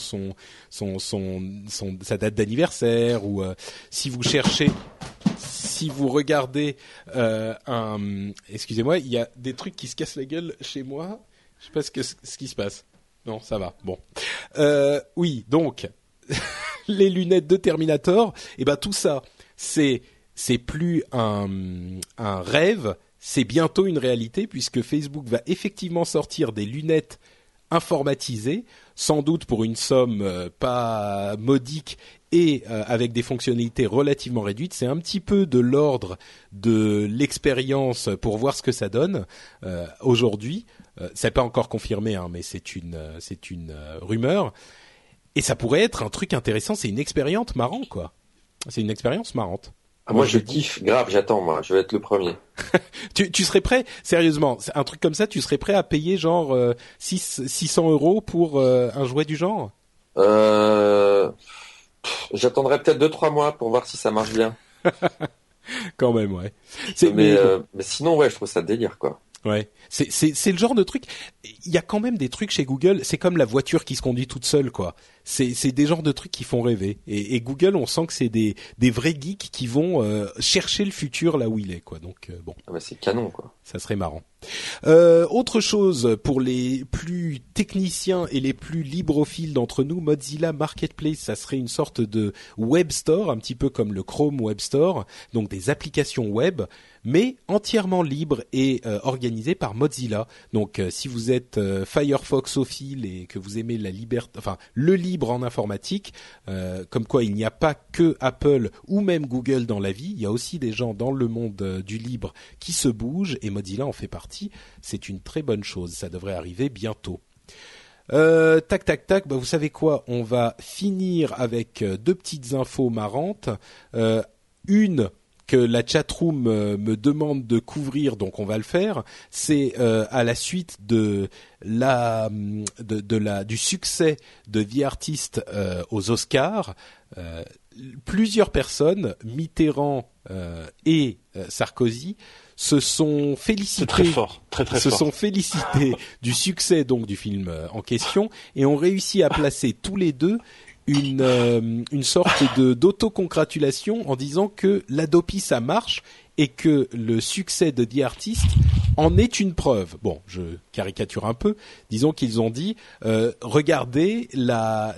sa date d'anniversaire ou si vous cherchez. Si vous regardez excusez-moi, il y a des trucs qui se cassent la gueule chez moi. Je sais pas ce qui se passe. Non, ça va. Bon. Oui, donc les lunettes de Terminator, tout ça, c'est plus un rêve, c'est bientôt une réalité puisque Facebook va effectivement sortir des lunettes informatisées, sans doute pour une somme pas modique et avec des fonctionnalités relativement réduites. C'est un petit peu de l'ordre de l'expérience pour voir ce que ça donne aujourd'hui. C'est pas encore confirmé, mais c'est une rumeur. Et ça pourrait être un truc intéressant. C'est une expérience marrante, quoi. C'est une expérience marrante. Moi, je kiffe grave. J'attends, moi. Je vais être le premier. Tu serais prêt, sérieusement, un truc comme ça, tu serais prêt à payer genre 600 € pour un jouet du genre? J'attendrai peut-être 2-3 mois pour voir si ça marche bien. Quand même, ouais. Mais sinon, ouais, je trouve ça délire, quoi. Ouais, c'est le genre de truc. Il y a quand même des trucs chez Google. C'est comme la voiture qui se conduit toute seule, quoi. C'est des genres de trucs qui font rêver. Et Google, on sent que c'est des vrais geeks qui vont chercher le futur là où il est, quoi. Donc bon. Ah bah c'est canon, quoi. Ça serait marrant. Autre chose pour les plus techniciens et les plus librophiles d'entre nous, Mozilla Marketplace, ça serait une sorte de web store, un petit peu comme le Chrome Web Store, donc des applications web, mais entièrement libres et organisées par Mozilla. Donc si vous êtes Firefoxophile et que vous aimez la liberté, enfin le libre en informatique, comme quoi il n'y a pas que Apple ou même Google dans la vie, il y a aussi des gens dans le monde du libre qui se bougent et Mozilla en fait partie. C'est une très bonne chose, ça devrait arriver bientôt. Tac, vous savez quoi, on va finir avec deux petites infos marrantes. Une que la chatroom me demande de couvrir, donc on va le faire. C'est à la suite du succès de The Artist aux Oscars. Plusieurs personnes, Mitterrand et Sarkozy, se sont félicités. C'est très fort, très se fort. Sont félicités du succès donc du film en question et ont réussi à placer tous les deux une sorte d'autocongratulation en disant que l'Adopi ça marche et que le succès de The Artist en est une preuve. Bon, je caricature un peu. Disons qu'ils ont dit regardez la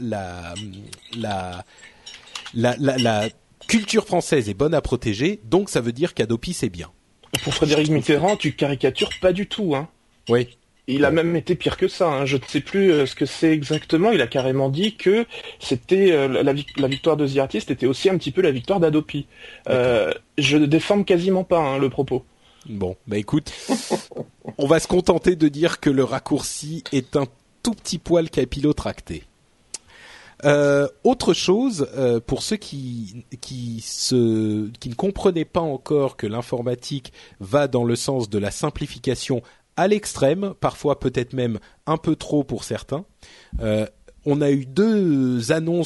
culture française est bonne à protéger, donc ça veut dire qu'Adopi c'est bien. Pour Frédéric Mitterrand, tu caricatures pas du tout, hein. Oui. Il a même été pire que ça, hein. Je ne sais plus ce que c'est exactement. Il a carrément dit que c'était la victoire de The Artist était aussi un petit peu la victoire d'Adopi. Je ne déforme quasiment pas le propos. Bon, écoute, on va se contenter de dire que le raccourci est un tout petit poil capillotracté. Autre chose, pour ceux qui ne comprenaient pas encore que l'informatique va dans le sens de la simplification à l'extrême, parfois peut-être même un peu trop pour certains, on a eu deux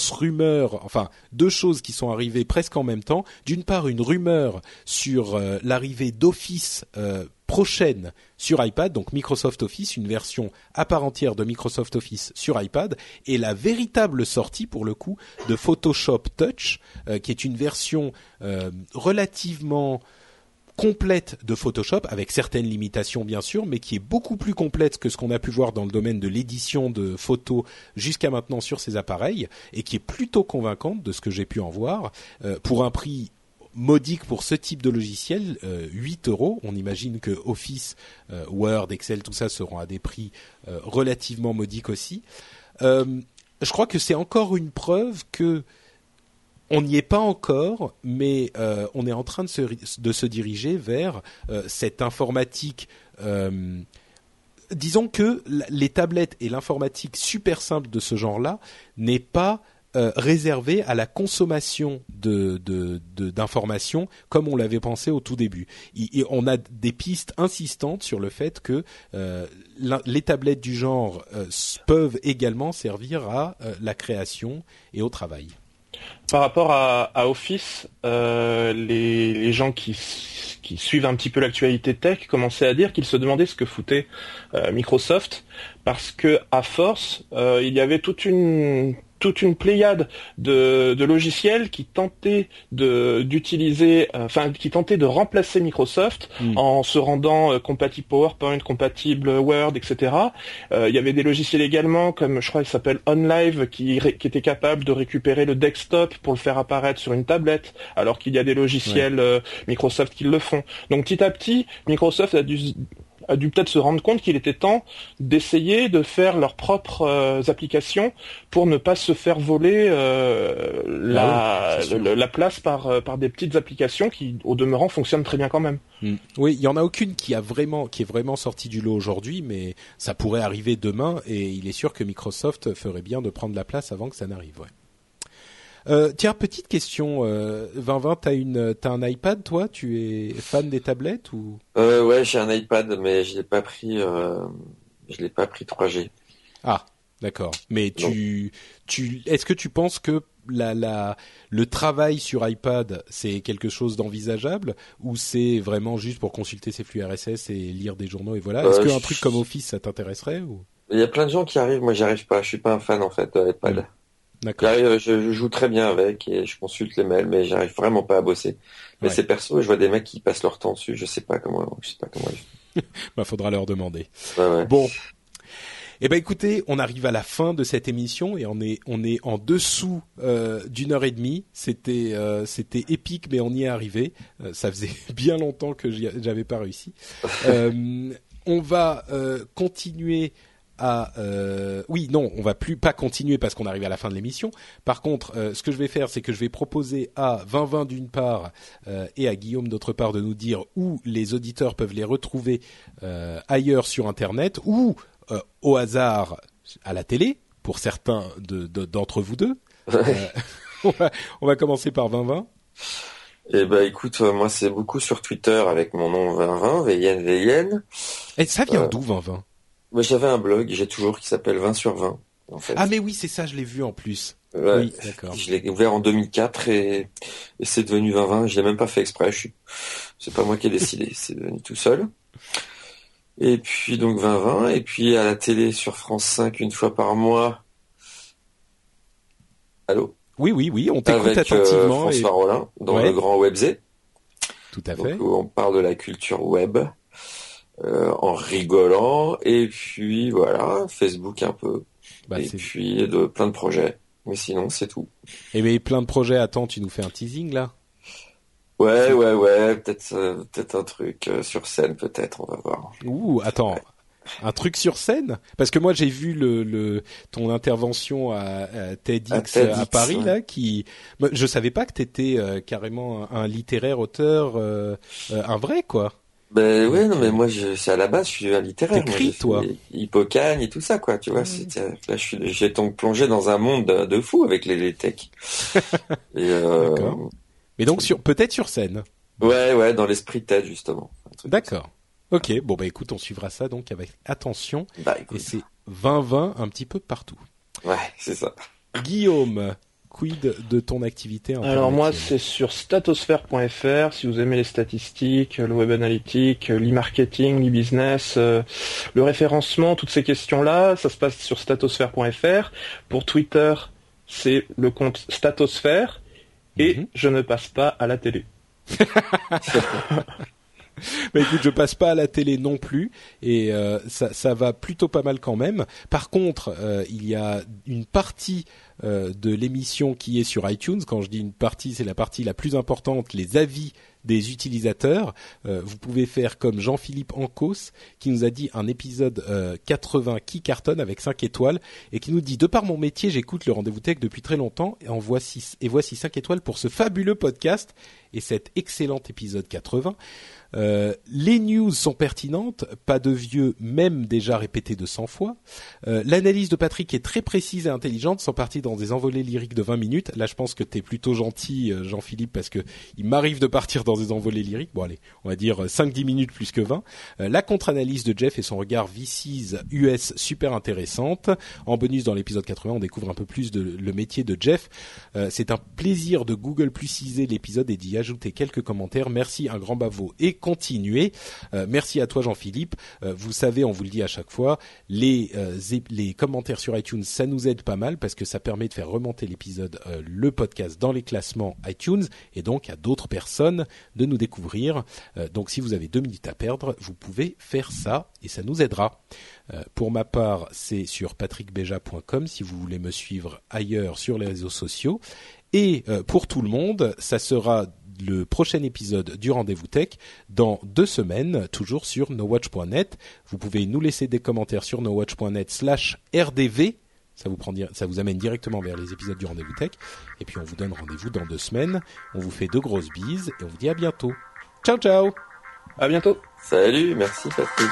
choses qui sont arrivées presque en même temps. D'une part, une rumeur sur l'arrivée d'Office prochaine sur iPad, donc Microsoft Office, une version à part entière de Microsoft Office sur iPad, et la véritable sortie pour le coup de Photoshop Touch, qui est une version relativement complète de Photoshop, avec certaines limitations bien sûr, mais qui est beaucoup plus complète que ce qu'on a pu voir dans le domaine de l'édition de photos jusqu'à maintenant sur ces appareils, et qui est plutôt convaincante de ce que j'ai pu en voir, pour un prix modique pour ce type de logiciel, 8€. On imagine que Office, Word, Excel, tout ça seront à des prix relativement modiques aussi. Je crois que c'est encore une preuve que on n'y est pas encore, mais on est en train de se diriger vers cette informatique. Disons que les tablettes et l'informatique super simple de ce genre-là n'est pas réservé à la consommation d'informations comme on l'avait pensé au tout début. On a des pistes insistantes sur le fait que les tablettes du genre peuvent également servir à la création et au travail. Par rapport à Office, les gens qui suivent un petit peu l'actualité tech commençaient à dire qu'ils se demandaient ce que foutait Microsoft, parce que à force, il y avait toute une pléiade de logiciels qui tentaient qui tentaient de remplacer Microsoft en se rendant compatible PowerPoint, compatible Word, etc. Il y avait des logiciels également, comme je crois qu'il s'appelle OnLive, qui était capable de récupérer le desktop pour le faire apparaître sur une tablette, alors qu'il y a des logiciels Microsoft qui le font. Donc petit à petit, Microsoft a dû peut-être se rendre compte qu'il était temps d'essayer de faire leurs propres applications pour ne pas se faire voler la place par des petites applications qui, au demeurant, fonctionnent très bien quand même. Oui, il y en a aucune qui est vraiment sortie du lot aujourd'hui, mais ça pourrait arriver demain, et il est sûr que Microsoft ferait bien de prendre la place avant que ça n'arrive. Ouais. Tiens, petite question, Vinvin, t'as un iPad, toi? Tu es fan des tablettes ou? Ouais, j'ai un iPad, mais je l'ai pas pris 3G. Ah, d'accord. Mais est-ce que tu penses que le travail sur iPad, c'est quelque chose d'envisageable, ou c'est vraiment juste pour consulter ses flux RSS et lire des journaux et voilà? Est-ce qu'un truc comme Office, ça t'intéresserait ou? Il y a plein de gens qui arrivent, moi j'y arrive pas, je suis pas un fan en fait de l'iPad. D'accord. Je joue très bien avec et je consulte les mails, mais j'arrive vraiment pas à bosser. Mais c'est perso, je vois des mecs qui passent leur temps dessus, je sais pas comment Bah, faudra leur demander. Ouais. Bon. Eh ben, écoutez, on arrive à la fin de cette émission et on est en dessous d'1h30. C'était épique, mais on y est arrivé. Ça faisait bien longtemps que j'avais pas réussi. On va continuer on va pas continuer parce qu'on arrive à la fin de l'émission. Par contre, ce que je vais faire, c'est que je vais proposer à Vinvin d'une part et à Guillaume d'autre part de nous dire où les auditeurs peuvent les retrouver ailleurs sur Internet ou au hasard à la télé pour certains d'entre vous deux. On va commencer par Vinvin. Eh ben écoute, moi c'est beaucoup sur Twitter avec mon nom Vinvin, VIN. Et ça vient d'où Vinvin? Moi, j'avais un blog, j'ai toujours, qui s'appelle 20 sur 20, en fait. Ah, mais oui, c'est ça, je l'ai vu en plus. Ouais, oui, d'accord. Je l'ai ouvert en 2004 et c'est devenu 2020. Je l'ai même pas fait exprès. C'est pas moi qui ai décidé. C'est devenu tout seul. Et puis, donc, 2020. Et puis, à la télé sur France 5, une fois par mois. Allô? Oui, on t'écoute attentivement. Avec François Rollin, dans le Grand Webzé. Tout à fait. Donc, où on parle de la culture web. En rigolant, et puis voilà, Facebook un peu, puis plein de projets, mais sinon c'est tout. Et mais plein de projets, attends, tu nous fais un teasing là? Ouais, peut-être un truc sur scène, peut-être, on va voir. Ouh, attends, un truc sur scène? Parce que moi j'ai vu ton intervention à TEDx à Paris là, je savais pas que t'étais carrément un littéraire auteur, un vrai quoi. Ben ouais, non mais moi c'est à la base je suis un littéraire. T'écris toi. Hippocagne et tout ça quoi, tu vois. Là j'ai donc plongé dans un monde de fou avec les techs. Et D'accord. Mais donc peut-être sur scène. Ouais, dans l'esprit TED justement. D'accord. Ok, bon bah écoute, on suivra ça donc avec attention. Et c'est 2020 un petit peu partout. Ouais, c'est ça. Guillaume, quid de ton activité internet? Alors moi, c'est sur statosphere.fr. Si vous aimez les statistiques, le web analytique, l'e-marketing, l'e-business, le référencement, toutes ces questions-là, ça se passe sur statosphere.fr. Pour Twitter, c'est le compte Statosphère. Et je ne passe pas à la télé. Bah écoute, je passe pas à la télé non plus et ça va plutôt pas mal quand même. Par contre, il y a une partie de l'émission qui est sur iTunes. Quand je dis une partie, c'est la partie la plus importante, les avis des utilisateurs. Vous pouvez faire comme Jean-Philippe Ancos qui nous a dit un épisode 80 qui cartonne avec 5 étoiles et qui nous dit: de par mon métier, j'écoute le Rendez-vous Tech depuis très longtemps et voici 5 étoiles pour ce fabuleux podcast et cet excellent épisode 80. Les news sont pertinentes, pas de vieux, même déjà répété de 100 fois. L'analyse de Patrick est très précise et intelligente, sans partir dans des envolées lyriques de 20 minutes. Là, je pense que t'es plutôt gentil, Jean-Philippe, parce que il m'arrive de partir dans des envolées lyriques. Bon, allez, on va dire 5-10 minutes plus que 20. La contre-analyse de Jeff et son regard VCs US super intéressante. En bonus, dans l'épisode 80, on découvre un peu plus le métier de Jeff. C'est un plaisir de Google plusiser l'épisode et d'y ajouter quelques commentaires. Merci, un grand bravo et continuez. Merci à toi Jean-Philippe. Vous savez, on vous le dit à chaque fois, les commentaires sur iTunes, ça nous aide pas mal parce que ça permet de faire remonter l'épisode, le podcast dans les classements iTunes et donc à d'autres personnes de nous découvrir. Donc si vous avez 2 minutes à perdre, vous pouvez faire ça et ça nous aidera. Pour ma part, c'est sur patrickbeja.com si vous voulez me suivre ailleurs sur les réseaux sociaux. Et pour tout le monde, ça sera le prochain épisode du Rendez-vous Tech dans 2 semaines, toujours sur nowatch.net. Vous pouvez nous laisser des commentaires sur nowatch.net/rdv. Ça vous amène directement vers les épisodes du Rendez-vous Tech. Et puis on vous donne rendez-vous dans 2 semaines. On vous fait de grosses bises et on vous dit à bientôt. Ciao, ciao. À bientôt. Salut, merci Patrick.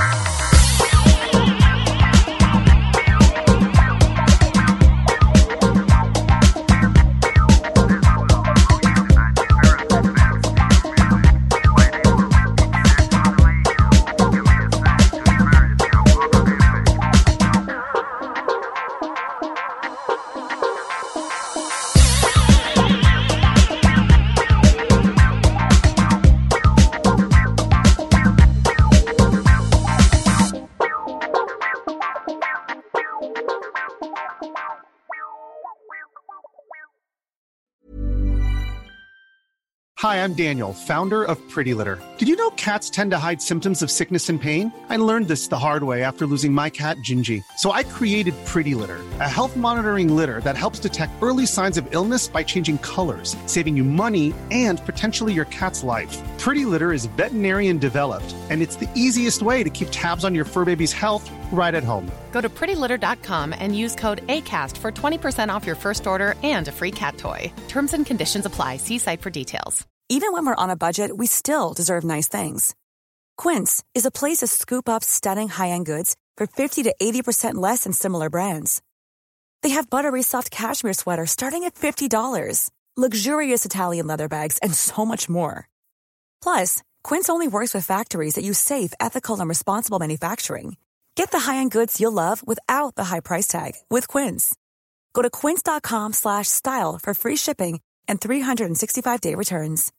Hi, I'm Daniel, founder of Pretty Litter. Did you know cats tend to hide symptoms of sickness and pain? I learned this the hard way after losing my cat, Gingy. So I created Pretty Litter, a health monitoring litter that helps detect early signs of illness by changing colors, saving you money and potentially your cat's life. Pretty Litter is veterinarian developed, and it's the easiest way to keep tabs on your fur baby's health right at home. Go to prettylitter.com and use code ACAST for 20% off your first order and a free cat toy. Terms and conditions apply. See site for details. Even when we're on a budget, we still deserve nice things. Quince is a place to scoop up stunning high-end goods for 50 to 80% less than similar brands. They have buttery soft cashmere sweaters starting at $50, luxurious Italian leather bags, and so much more. Plus, Quince only works with factories that use safe, ethical, and responsible manufacturing. Get the high-end goods you'll love without the high price tag with Quince. Go to quince.com/style for free shipping and 365-day returns.